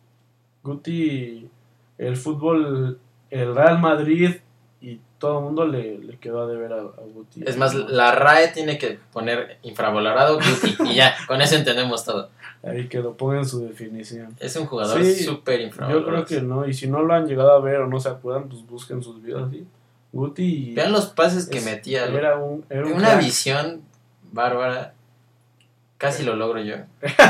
Guti, el fútbol, el Real Madrid y todo el mundo le, le quedó a deber a, a Guti. Es más, la R A E tiene que poner infravalorado Guti y ya, con eso entendemos todo. Ahí que lo pongan en su definición. Es un jugador Sí, súper Yo infravalorado. creo que no, y si no lo han llegado a ver o no se acuerdan, pues busquen sus videos así. Guti Vean los pases que es- metía. era un, era un Una crack. visión bárbara. Casi lo logro yo.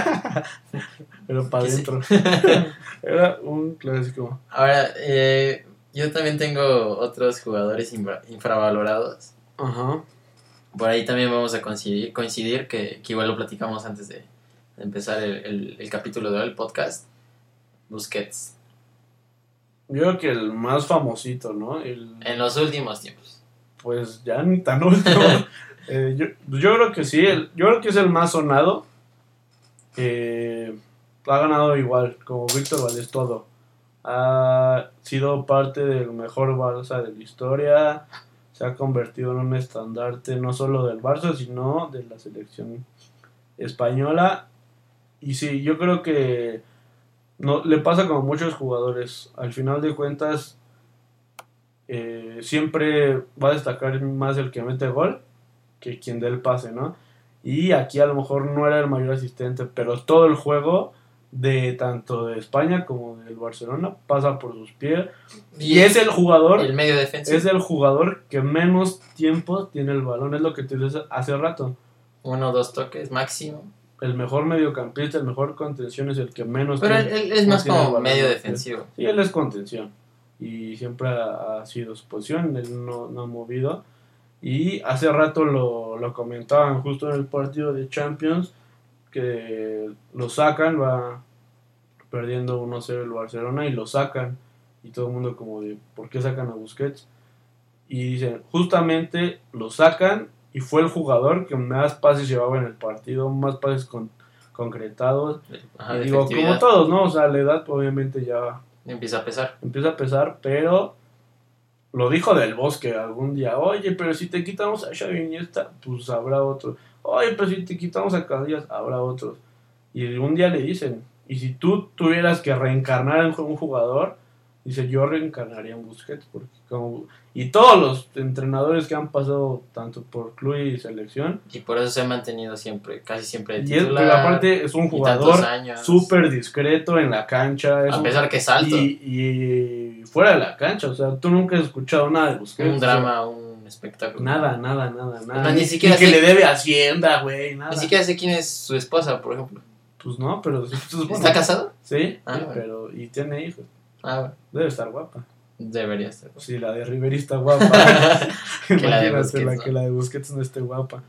Pero para que sí. adentro. Era un clásico. Ahora, eh, yo también tengo otros jugadores infra- infravalorados. Ajá. Por ahí también vamos a coincidir, coincidir que, que igual lo platicamos antes de, de empezar el, el, el capítulo de hoy, el podcast. Busquets. Yo creo que el más famosito, ¿no? El, En los últimos tiempos. pues ya ni tan último. Eh, yo, yo creo que sí, el, yo creo que es el más sonado. Eh, ha ganado igual, como Víctor Valdés todo. Ha sido parte del mejor Barça de la historia. Se ha convertido en un estandarte no solo del Barça, sino de la selección española. Y sí, yo creo que no, le pasa como a muchos jugadores. Al final de cuentas, eh, siempre va a destacar más el que mete gol que quien dé el pase, ¿no? Y aquí a lo mejor no era el mayor asistente, pero todo el juego de tanto de España como del Barcelona pasa por sus pies. Y es el jugador, El medio defensivo. es el jugador que menos tiempo tiene el balón, es lo que te dije hace rato. Uno o dos toques máximo. El mejor mediocampista, el mejor contención es el que menos Pero él, tiempo él es más tiene el como balón, medio ¿no? defensivo. Sí, él es contención. Y siempre ha, ha sido su posición, él no, no ha movido. Y hace rato lo, lo comentaban justo en el partido de Champions, que lo sacan, va perdiendo uno cero el Barcelona y lo sacan. Y todo el mundo como de, ¿por qué sacan a Busquets? Y dicen, justamente lo sacan y fue el jugador que más pases llevaba en el partido, más pases con, concretados. Ajá, Y de digo, efectividad. como todos, ¿no? O sea, la edad obviamente ya Empieza a pesar. empieza a pesar, pero lo dijo Del Bosque algún día, oye, pero si te quitamos a Xavi Iniesta, pues habrá otro. Oye, pero si te quitamos a Casillas, habrá otros. Y un día le dicen, y si tú tuvieras que reencarnar en un jugador, dice, yo reencarnaría en Busquets, porque como... Y todos los entrenadores que han pasado tanto por club y selección, Y por eso se ha mantenido siempre, casi siempre de y es, titular. pero aparte es un y jugador tantos años. súper discreto en la cancha. Es A un- pesar que es alto. Y, y fuera de la cancha, o sea, tú nunca has escuchado nada de Busquets. Un o sea, drama, un espectáculo. nada, nada, nada, nada. No, ni siquiera y que sé- le debe Hacienda, güey, nada. Ni siquiera sé quién es su esposa, por ejemplo. Pues no, pero sí, pues, bueno, ¿Está casado? Sí, Ah, sí, bueno. pero y tiene hijos. Ah, bueno. Debe estar guapa. Debería estar. Si la de Riveri está guapa. Que la de Imagínate Busquets, la ¿no? que la de Busquets no esté guapa.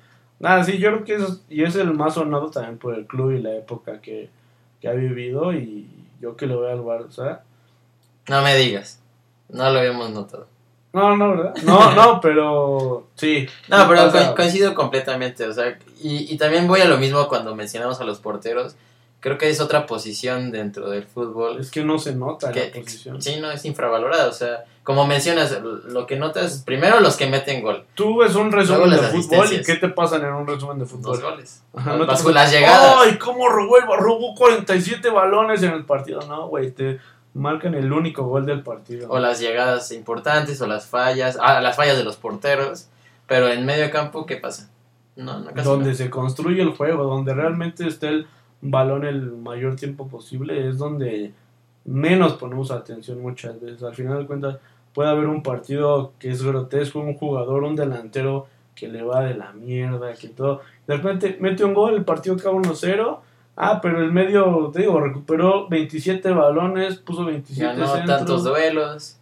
Ah, sí, yo creo que es, y es el más sonado también por el club y la época que, que ha vivido, y yo que lo veo al Barça. No me digas. No lo habíamos notado. No, no, ¿verdad? No, no, pero sí. No, pero pasa. co- coincido completamente. O sea, y, y también voy a lo mismo cuando mencionamos a los porteros. Creo que es otra posición dentro del fútbol. Es que no se nota que, la posición. Sí, no, es infravalorada. O sea, como mencionas, lo que notas, primero los que meten gol. Tú ves un resumen Luego de las fútbol y asistencias. ¿qué te pasan en un resumen de fútbol? Dos goles. Ajá, Las- no te- las llegadas. ¡Ay, cómo robó el robó cuarenta y siete balones en el partido! No, güey, te marcan el único gol del partido. O las llegadas importantes, o las fallas. Ah, las fallas de los porteros. Pero en medio campo, ¿qué pasa? No, no casi Donde no. se construye el juego, donde realmente esté el balón el mayor tiempo posible, es donde menos ponemos atención muchas veces. Al final de cuentas, puede haber un partido que es grotesco, un jugador, un delantero que le va de la mierda, que todo. De repente mete un gol, el partido acaba uno cero. Ah, pero el medio, te digo, recuperó veintisiete balones, puso veintisiete Ganó centros. tantos duelos.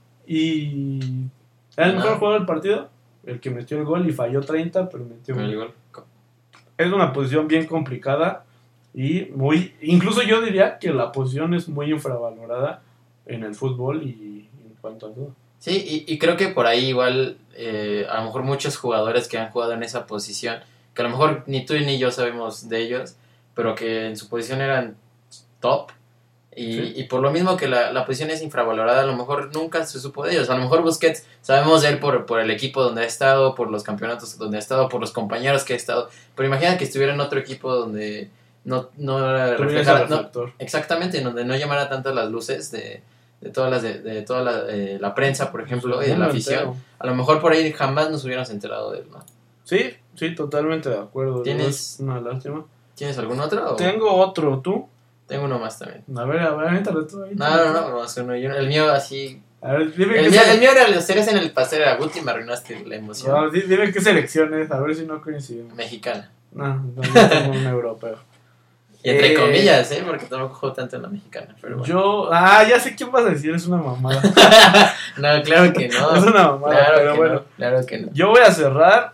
Y ¿era el No. mejor jugador del partido? El que metió el gol y falló treinta, pero metió un El gol. gol. Es una posición bien complicada y muy, incluso yo diría que la posición es muy infravalorada en el fútbol y en cuanto a todo. Sí, y, y creo que por ahí igual, eh, a lo mejor muchos jugadores que han jugado en esa posición, que a lo mejor ni tú ni yo sabemos de ellos, pero que en su posición eran top, y, Sí. y por lo mismo que la, la posición es infravalorada, a lo mejor nunca se supo de ellos. A lo mejor Busquets, sabemos de él por, por el equipo donde ha estado, por los campeonatos donde ha estado, por los compañeros que ha estado, pero imagina que estuviera en otro equipo donde no, no Tuviera ese reflejara, no, reflector. exactamente, en donde no llamara tantas las luces de, de todas las de, de toda la, eh, la prensa, por ejemplo, y de la Mundo afición. entero. A lo mejor por ahí jamás nos hubiéramos enterado de él, ¿no? Sí, sí, totalmente de acuerdo. ¿Tienes- Es una lástima. ¿Tienes algún otro? o- Tengo otro, ¿tú? Tengo uno más también. A ver, a ver, avéntale tú ahí. No, no, no, más uno. Yo- el mío así... A ver, dime El qué mío, se- el mío era los ceres en el pastel, era Guti, me arruinaste la emoción. No, di- dime qué selecciones, a ver si no coincidimos. Mexicana. No, no, yo tengo un europeo. Y entre Eh, comillas, ¿eh? Porque tampoco juego tanto en la mexicana. Pero bueno. Yo, ah, ya sé quién vas a decir, es una mamada. No, claro que no. Es una mamada, Claro pero que bueno. no, claro que no. Yo voy a cerrar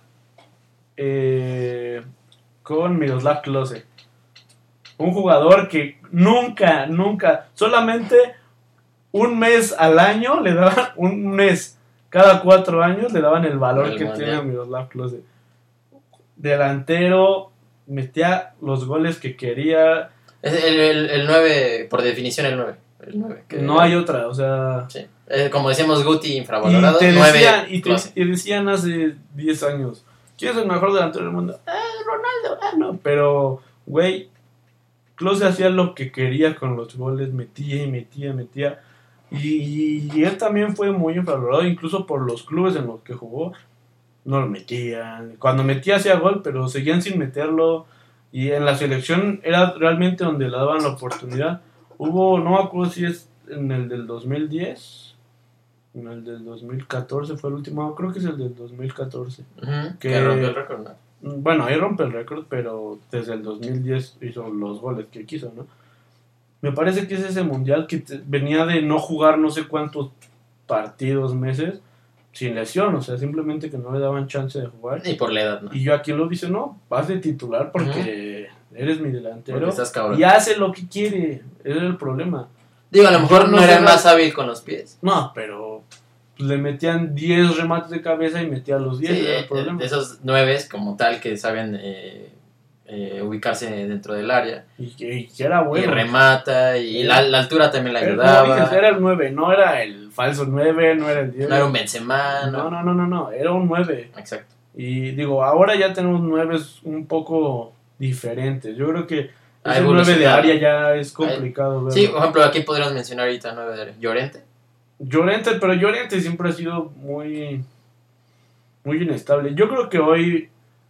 eh, con Miroslav Klose. Un jugador que nunca, nunca, solamente un mes al año le daban, un mes cada cuatro años le daban el valor El que mundial. tiene Miroslav Klose. Delantero, metía los goles que quería. Es el, el, el nueve, por definición el nueve. El nueve que- No hay otra, o sea. Sí. Eh, como decíamos, Guti Y infravalorado. te, nueve decían, y, te, Klose. y decían hace diez años, ¿quién es el mejor delantero del mundo? Ah, Ronaldo, ah, no. Pero, güey, Klose hacía lo que quería con los goles, metía y metía, metía. Y, y él también fue muy infravalorado, incluso por los clubes en los que jugó. No lo metían. Cuando metía hacía gol, pero seguían sin meterlo. Y en la selección era realmente donde le daban la oportunidad. Hubo, no me acuerdo si es en el del dos mil diez, en el del dos mil catorce fue el último, creo que es el del dos mil catorce. Ujú, que- que rompió el récord, ¿no? Bueno, ahí rompe el récord, pero desde el dos mil diez hizo los goles que quiso, ¿no? Me parece que es ese mundial que te- venía de no jugar no sé cuántos partidos, meses, sin lesión, o sea, simplemente que no le daban chance de jugar. Y por la edad, ¿no? Y yo aquí lo dice, no, vas de titular porque eres mi delantero. Porque estás cabrón. Y hace lo que quiere, ese es el problema. Digo, a lo mejor Yo no no era sé el la- más hábil con los pies. No, pero le metían diez remates de cabeza y metía los diez, Sí, era el eh, problema. esos nueve como tal que saben eh, eh, ubicarse dentro del área. Y que, y que era bueno. Y remata, y la, la altura también la Era, como ayudaba. dices, era el nueve, no era el falso nueve, no era el diez. No era un Benzema, no, ¿no? no, no, no, no, era un nueve. Exacto. Y digo, ahora ya tenemos nueves un poco diferentes. Yo creo que Ha ese nueve de evolucionado. área ya es complicado verlo. Sí, por ejemplo, aquí podríamos mencionar ahorita nueve de Llorente. Llorente, pero Llorente siempre ha sido muy muy inestable. Yo creo que hoy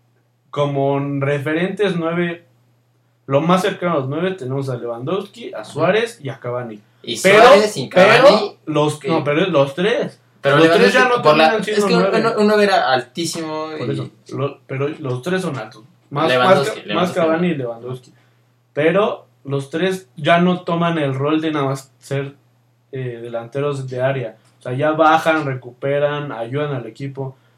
como referentes nueve, lo más cercano a los nueve tenemos a Lewandowski, a Suárez y a Cavani. Y Pero, Suárez y Cavani. pero los que- no, pero los tres. Pero los Lewandowski tres ya no por la- terminan siendo Es que nueve. uno, uno era altísimo. Por y- eso, lo- pero los tres son altos. Más, Lewandowski, más, Lewandowski. más Cavani y Lewandowski. Pero los tres ya no toman el rol de nada más ser eh, delanteros de área. O sea, ya bajan, recuperan, ayudan al equipo.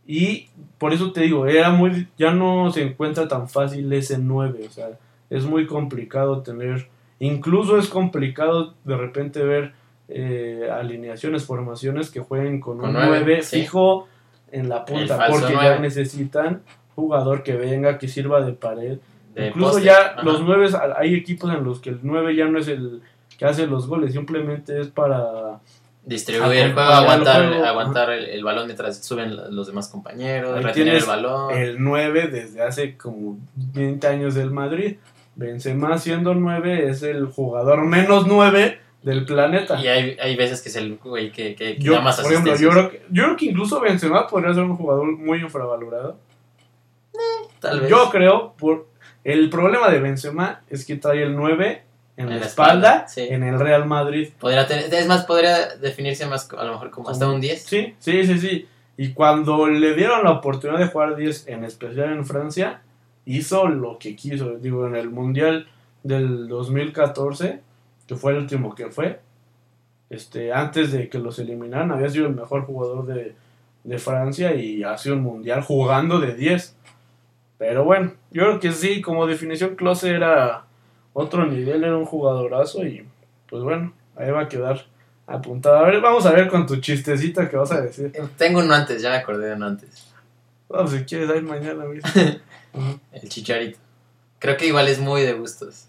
Y por eso te digo, era muy ya no se encuentra tan fácil ese nueve, o sea, es muy complicado tener, incluso es complicado de repente ver eh, alineaciones, formaciones que jueguen con, con un nueve sí. fijo en la punta, porque nueve. Ya necesitan jugador que venga, que sirva de pared. De incluso poste. Ya Ajá. los nueve, hay equipos en los que el nueve ya no es el que hace los goles, simplemente es para distribuir el juego, aguantar, el, juego. aguantar el, el balón mientras suben los demás compañeros, ahí retener el balón. El nueve desde hace como veinte años del Madrid. Benzema siendo nueve es el jugador menos nueve del planeta. Y hay, hay veces que es el güey que, que, que yo, da más por ejemplo, yo creo, que, yo creo que incluso Benzema podría ser un jugador muy infravalorado. Eh, tal vez. Yo creo, por el problema de Benzema es que trae el nueve en, en la, la espalda, espalda sí. en el Real Madrid. Podría tener, es más, podría definirse más a lo mejor como hasta un diez. Sí, sí, sí, sí. Y cuando le dieron la oportunidad de jugar diez, en especial en Francia, hizo lo que quiso. Digo, en el Mundial del dos mil catorce, que fue el último que fue, este, antes de que los eliminaran, había sido el mejor jugador de, de Francia y ha sido un Mundial jugando de diez. Pero bueno, yo creo que sí, como definición Klose era otro nivel, era un jugadorazo y pues bueno, ahí va a quedar apuntado. A ver, vamos a ver con tu chistecita que vas a decir. Tengo uno antes, ya me acordé de uno antes. Vamos, si quieres, ahí mañana mismo. Uh-huh. El Chicharito. Creo que igual es muy de gustos.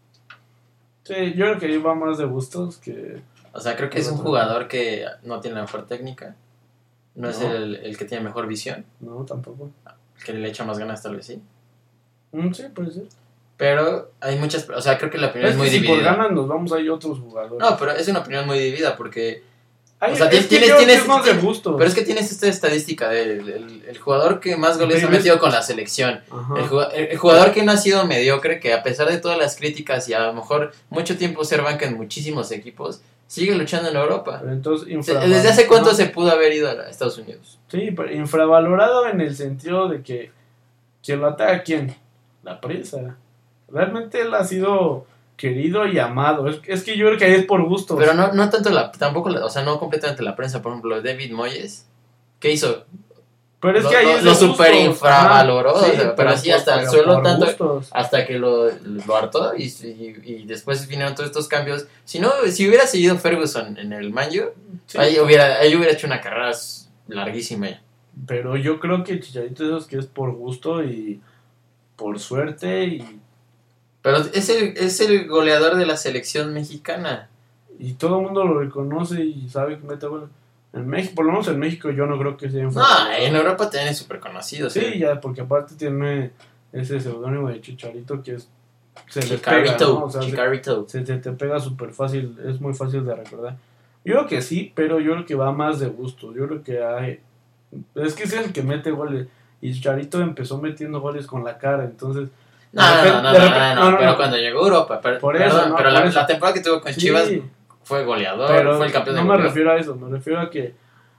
Sí, yo creo que ahí va más de gustos que... O sea, creo que es un jugador que no tiene la mejor técnica. No, no. es el, el que tiene mejor visión. No, tampoco. Que le echa más ganas, tal vez sí. Mm, sí, puede ser. Pero hay muchas... O sea, creo que la opinión es, es muy si dividida. Si por ganas nos vamos a ir otros jugadores. No, pero es una opinión muy dividida porque... Ay, o sea, es tienes, que tienes, es más de tienes, gustos. Pero es que tienes esta estadística del el, el jugador que más goles ha metido con la selección. El jugador, el jugador que no ha sido mediocre, que a pesar de todas las críticas y a lo mejor mucho tiempo ser banca en muchísimos equipos, sigue luchando en Europa. Pero entonces, ¿desde hace cuánto no. se pudo haber ido a Estados Unidos? Sí, pero infravalorado en el sentido de que ¿quién lo ataca? ¿Quién? La prensa. Realmente él ha sido querido y amado. Es, es que yo creo que ahí es por gusto. Pero no, no tanto la, tampoco, la, o sea, no completamente la prensa. Por ejemplo, David Moyes, ¿qué hizo? Pero es lo, que ahí lo, es lo super infravaloró, sí, o sea, pero así hasta el suelo tanto, gustos. Hasta que lo, lo hartó y, y, y después vinieron todos estos cambios. Si no, si hubiera seguido Ferguson en el Man U, sí. ahí, hubiera, ahí hubiera hecho una carrera larguísima ya. Pero yo creo que Chicharito es que es por gusto y por suerte y... Pero es el, es el goleador de la selección mexicana. Y todo el mundo lo reconoce y sabe que mete goles. En México, por lo menos en México yo no creo que sea... No, en Europa también es súper conocido. Sí, ¿sí? Ya, porque aparte tiene ese seudónimo de Chicharito que es... Se Chicarito, le pega, ¿no? O sea, Chicarito. Se, se te pega súper fácil, es muy fácil de recordar. Yo creo que sí, pero yo creo que va más de gusto. Yo creo que hay... Es que es el que mete goles. Y Chicharito empezó metiendo goles con la cara, entonces... No, repente, no, no, no, repente, no, no, no, pero no, cuando llegó a Europa, pero, por eso, perdón, no, pero por la, eso. la temporada que tuvo con sí, Chivas fue goleador, pero fue el campeón no de me goleo. refiero a eso, me refiero a que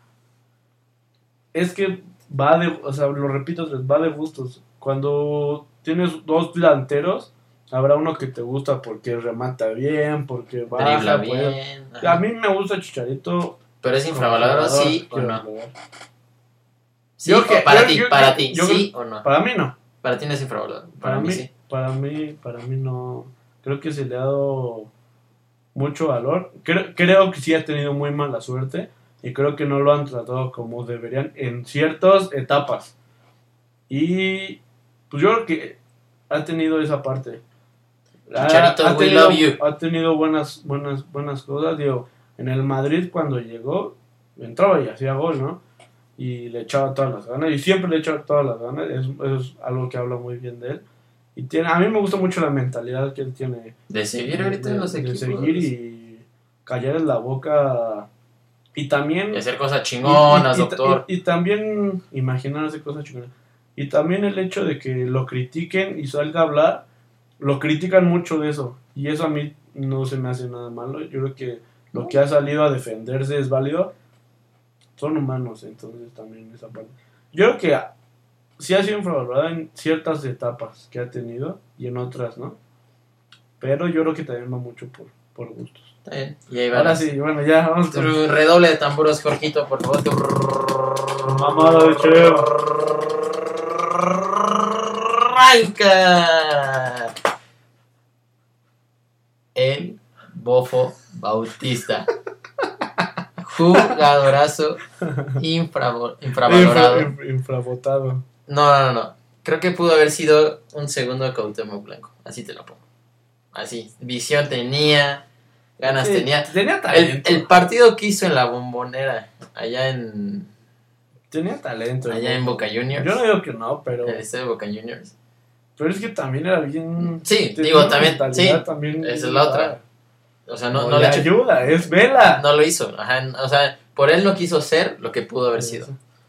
es que va de, o sea, lo repito, va de gustos. Cuando tienes dos delanteros, habrá uno que te gusta porque remata bien, porque baja, bien. Puede... A mí me gusta Chicharito. Pero es infravalorado, sí o no. Sí, yo que, para yo, ti, yo, para yo, ti, yo, sí o no. Para mí no. Para ti no es infravalorado. Para, para mí, mí sí. Para mí, para mí no. Creo que se le ha dado mucho valor. Creo, creo que sí ha tenido muy mala suerte y creo que no lo han tratado como deberían en ciertas etapas. Y pues yo creo que ha tenido esa parte. Chicharito, ha, ha we tenido, love you. Ha tenido buenas, buenas, buenas cosas. Digo, en el Madrid cuando llegó, entraba y hacía gol, ¿no? Y le echaba todas las ganas. Y siempre le echaba todas las ganas. Es, es algo que habla muy bien de él. Y tiene, a mí me gusta mucho la mentalidad que él tiene. De seguir ahorita de, en los de equipos. De seguir y callar en la boca. Y también... De hacer cosas chingonas, y, y, doctor. Y, y, y también imaginarse cosas chingonas. Y también el hecho de que lo critiquen y salga a hablar, lo critican mucho de eso. Y eso a mí no se me hace nada malo. Yo creo que lo que ha salido a defenderse es válido. Son humanos, entonces también esa parte. Yo creo que sí ha sido infravalorada en ciertas etapas que ha tenido y en otras, ¿no? Pero yo creo que también va mucho por, por gustos. Está bien. Y ahí va. Ahora sí, bueno, ya vamos. Con... Redoble de tambores, Jorgito, por favor. Mamada de Chef. Arranca el Bofo Bautista. Jugadorazo infravo- infravalorado. Infra- infra- infravotado. No, no, no, no. Creo que pudo haber sido un segundo de Cuauhtémoc Blanco. Así te lo pongo. Así. Visión tenía, ganas Sí, tenía. Tenía El, talento. el partido que hizo en la Bombonera, allá en Tenía talento. allá en Boca Juniors. Yo no digo que no, pero. En el estadio de Boca Juniors. Pero es que también era bien. Sí, tenía digo, una también, mentalidad sí, también esa es la otra. O sea, no, no le le echó- ayuda, es vela. no lo hizo. Ajá, o sea, por él no quiso ser lo que pudo haber sido.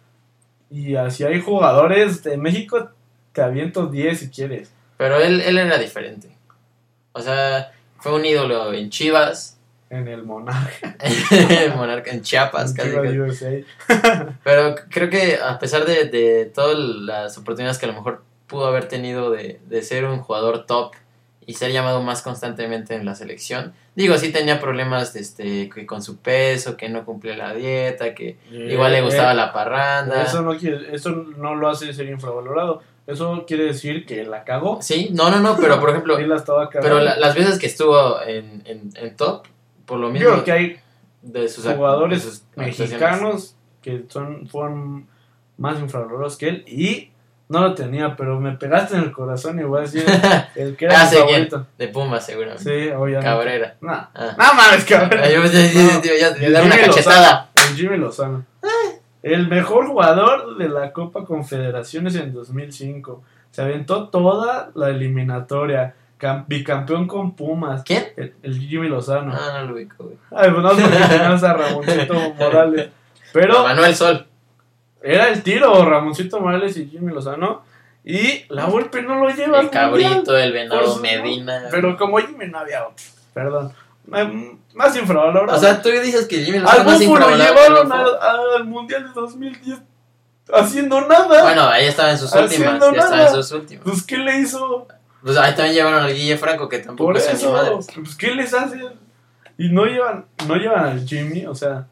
Y así hay jugadores de México, te aviento diez si quieres. Pero él, él era diferente. O sea, fue un ídolo en Chivas, En el Monarca. en Monarca, en Chiapas, en casi, Chivas casi. U S A. Pero creo que a pesar de, de todas las oportunidades que a lo mejor pudo haber tenido de, de ser un jugador top y ser llamado más constantemente en la selección, digo, sí tenía problemas este, que con su peso, que no cumplía la dieta, que igual le gustaba Eh, la parranda. Eso no, quiere, eso no lo hace ser infravalorado. Eso quiere decir que la cagó. Sí, no, no, no, pero por ejemplo, Él la estaba cagando. pero la- las veces que estuvo en, en, en top, por lo Yo mismo creo que hay de sus jugadores de sus actuaciones. mexicanos que son fueron más infravalorados que él y no lo tenía, pero me pegaste en el corazón y voy a decir el que era Ah, mi sé quién. favorito. De Pumas, seguramente. Sí, obviamente. Cabrera. No, Ah. no mames, Cabrera. Ah, yo pensé, sí, sí, tío, ya te da una Jimmy cachetada. Lozano, el Jimmy Lozano. El mejor jugador de la Copa Confederaciones en dos mil cinco. Se aventó toda la eliminatoria. Cam- bicampeón con Pumas. ¿Quién? El, el Jimmy Lozano. Ah, no lo ubico, güey. Ay, pues no sé porque tenías a Ramoncito Morales. Pero Manuel Sol. era el tiro, Ramoncito Morales y Jimmy Lozano. Y la Volpe no lo lleva El al cabrito, Mundial. el venado Por su- Medina. Pero como Jimmy no había otro. Perdón. Eh, Más infravalorado. O sea, tú dices que Jimmy al Lozano es Bofo lo infravalorado. llevaron que el Bofo. al, al Mundial de dos mil diez haciendo nada. Bueno, ahí estaba en sus Haciendo últimas. Ya estaba en nada. sus últimas. Pues, ¿qué le hizo? Pues ahí también llevaron al Guille Franco, que tampoco Por es ni eso. madres. Pues, ¿qué les hace? Y no llevan, no llevan al Jimmy, o sea.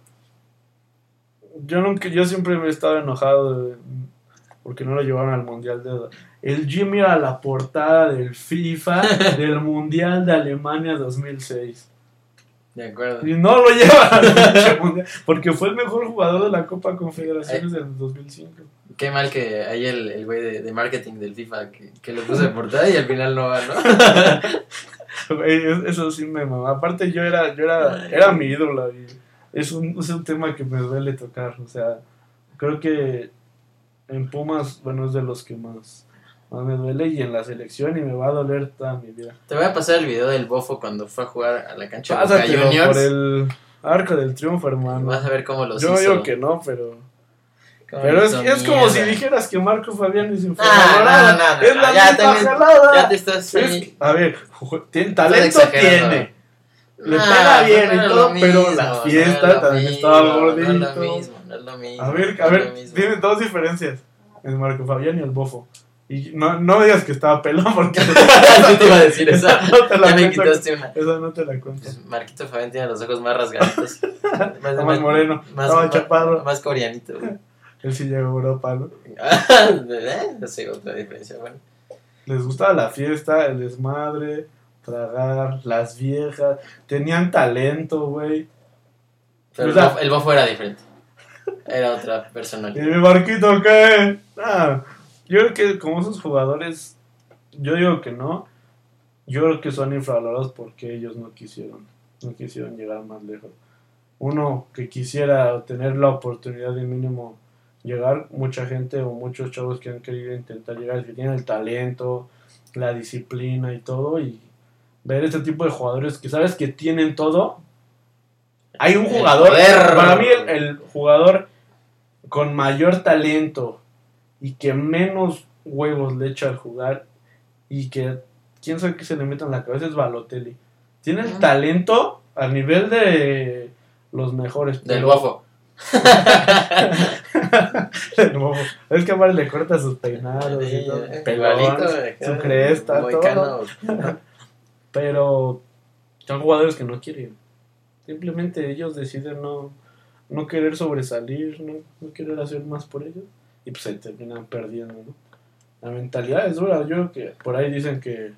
Yo nunca, yo siempre me he estado enojado de- porque no lo llevaron al Mundial de... El Jimmy era la portada del FIFA del Mundial de Alemania dos mil seis. De acuerdo. Y no lo llevan al pinche Mundial porque fue el mejor jugador de la Copa Confederaciones del dos mil cinco. Qué mal que hay el, el güey de, de marketing del FIFA que, que lo puso de portada y al final no ganó. Güey, es- eso sí me mamá. Aparte yo era, yo era, era mi ídolo y es un, es un tema que me duele tocar. O sea, creo que en Pumas, bueno, es de los que más, más me duele y en la selección y me va a doler toda mi vida. Te voy a pasar el video del Bofo cuando fue a jugar a la cancha de Boca Pásatelo Juniors. por el arco del triunfo, Y hermano. vas a ver cómo los Yo hizo. digo que no, pero... Cómo Pero es, hizo es como si mierda. dijeras que Marco Fabián es Ah, infravalorado. no, no, no, Es no, la ya misma también- jalada. Ya te estás Es ahí. que, a ver, ju- tiene, talento exagerando. tiene. Le Ah, pega bien no y es todo, lo pero mismo, la no fiesta es lo también mismo, estaba No gordito. es lo mismo, no es lo mismo. A ver, no a es lo ver, mismo. tiene dos diferencias. El Marco Fabián y el Bofo. Y no, no me digas que estaba pelón porque Sí te iba a decir eso. no te la Ya me cuento. quitaste una. Esa no te la cuento. Pues Marquito Fabián tiene los ojos más rasgaditos. Está más moreno, Más, estaba más- chaparro. Más coreanito. güey. Él sí llegó a Europa, ¿no? Eh, no sé, otra diferencia. Bueno, Les gustaba la fiesta, el desmadre, tragar, las viejas. Tenían talento, güey. pero O el, sea- bofo, el bofo era diferente. Era otra ¿Y personalidad. mi Marquito qué? Ah, yo creo que como esos jugadores, yo digo que no. Yo creo que son infravalorados porque ellos no quisieron, no quisieron llegar más lejos. Uno que quisiera tener la oportunidad de mínimo llegar, mucha gente o muchos chavos que han querido intentar llegar, que tienen el talento, la disciplina y todo, y ver este tipo de jugadores que sabes que tienen todo. Hay un El jugador, poder. para mí el, el jugador con mayor talento y que menos huevos le echa al jugar y que quién sabe qué se le mete en la cabeza es Balotelli. Tiene el Mm. talento al nivel de los mejores. Del pero- bofo. Del bofo. Es que aparte le corta sus peinados, y todo, Eh, pelón, igualito, acá, su cresta, moicano. todo. Pero son jugadores que no quieren. Simplemente ellos deciden no, no querer sobresalir, no, no querer hacer más por ellos, y pues se terminan perdiendo, ¿no? La mentalidad es dura. Yo creo que por ahí dicen que,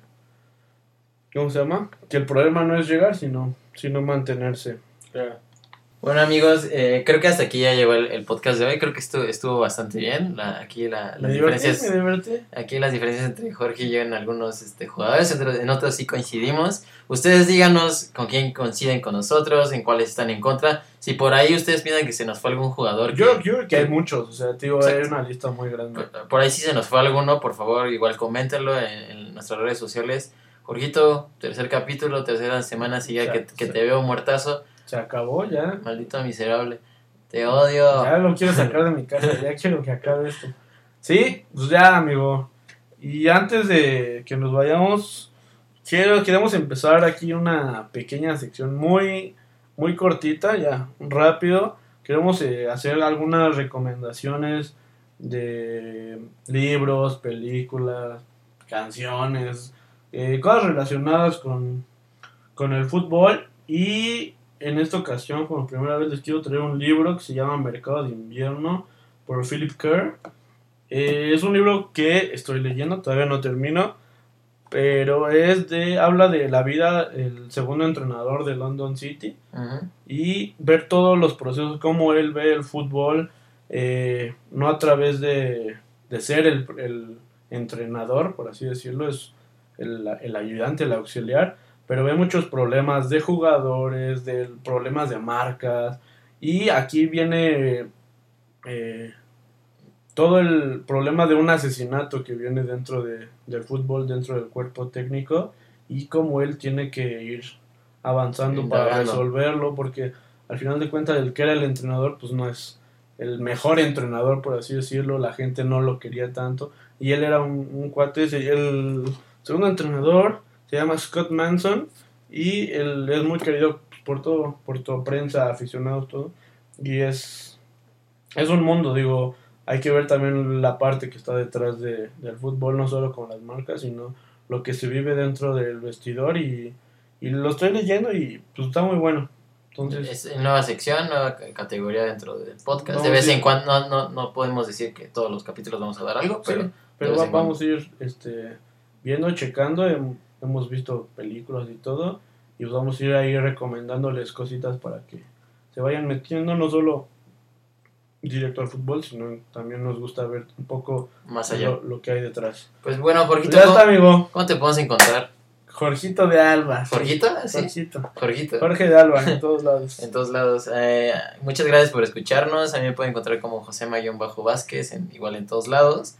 ¿cómo se llama? Que el problema no es llegar, sino, sino mantenerse. Claro. Bueno, amigos, eh, creo que hasta aquí ya llegó el, el podcast de hoy. Creo que estuvo, estuvo bastante bien. La, aquí la, Me las divertí, diferencias, me divertí. aquí las diferencias entre Jorge y yo en algunos este, jugadores, en, en otros sí coincidimos. Ustedes díganos con quién coinciden con nosotros, en cuáles están en contra. Si por ahí ustedes piensan que se nos fue algún jugador. Que, Yo, yo creo que hay muchos, o sea, digo, hay Exacto. una lista muy grande. Por, por ahí si se nos fue alguno, por favor, igual coméntenlo en, en nuestras redes sociales. Jorgito, tercer capítulo, tercera semana, si ya que, que te veo muertazo. Se acabó ya. Maldito miserable. Te odio. Ya lo quiero sacar de mi casa, ya quiero que acabe esto. Sí, pues ya, amigo. Y antes de que nos vayamos, quiero, queremos empezar aquí una pequeña sección muy, muy cortita, ya, rápido. Queremos eh, hacer algunas recomendaciones de libros, películas, canciones, eh, cosas relacionadas con, con el fútbol. Y en esta ocasión, por primera vez, les quiero traer un libro que se llama Mercado de Invierno por Philip Kerr. Eh, es un libro que estoy leyendo, todavía no termino, pero es de habla de la vida del segundo entrenador de London City Uh-huh. y ver todos los procesos, cómo él ve el fútbol, eh, no a través de, de ser el, el entrenador, por así decirlo, es el, el ayudante, el auxiliar, pero ve muchos problemas de jugadores, de problemas de marcas, y aquí viene eh, todo el problema de un asesinato que viene dentro de, del fútbol, dentro del cuerpo técnico, y cómo él tiene que ir avanzando Indagando. para resolverlo, porque al final de cuentas el que era el entrenador pues no es el mejor entrenador, por así decirlo, la gente no lo quería tanto, y él era un, un cuate, el segundo entrenador se llama Scott Manson, y él es muy querido por todo, por toda prensa, aficionados, todo, y es, es un mundo, digo, hay que ver también la parte que está detrás de, del fútbol, no solo con las marcas, sino lo que se vive dentro del vestidor, y, y lo estoy leyendo y pues está muy bueno. Entonces, Es nueva sección, nueva c- categoría dentro del podcast. Vamos De vez a ir- en cuando, no, no, no podemos decir que todos los capítulos vamos a dar algo, sí, pero, pero de vez va- en cuando. vamos a ir este, viendo, checando, hem- hemos visto películas y todo, y pues vamos a ir ahí recomendándoles cositas para que se vayan metiendo, no solo directo al fútbol, sino también nos gusta ver un poco más allá. lo, lo que hay detrás. Pues bueno, Pues Jorgito, ya ¿cómo, está, amigo. cómo te podemos encontrar? Jorgito de Alba. sí. ¿Jorgito? ¿Sí? Jorgito. Jorgito. Jorge de Alba, en todos lados. En todos lados. Eh, muchas gracias por escucharnos. A mí me pueden encontrar como Josema-Vázquez, en, igual en todos lados.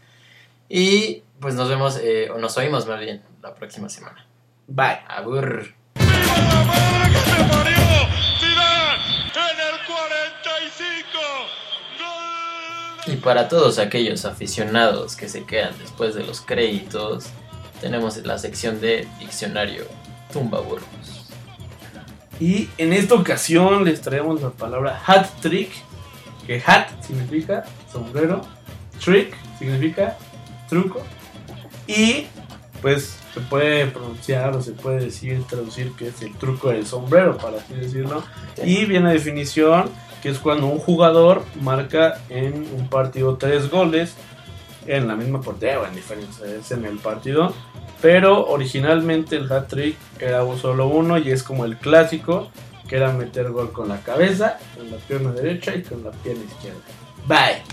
Y pues nos vemos, eh, o nos oímos más bien, la próxima semana. Bye. Abur. ¡Viva la madre que te parió! Zidane en el cuarenta y cinco. ¡Gol! Y para todos aquellos aficionados que se quedan después de los créditos, tenemos la sección de Diccionario Tumbaburros. Y en esta ocasión les traemos la palabra hat trick, que hat significa sombrero, trick significa truco, y pues se puede pronunciar o se puede decir, traducir que es el truco del sombrero, para así decirlo, y viene la definición que es cuando un jugador marca en un partido tres goles en la misma portería o en diferentes veces en el partido, pero originalmente el hat-trick era solo uno y es como el clásico, que era meter gol con la cabeza, con la pierna derecha y con la pierna izquierda. Bye.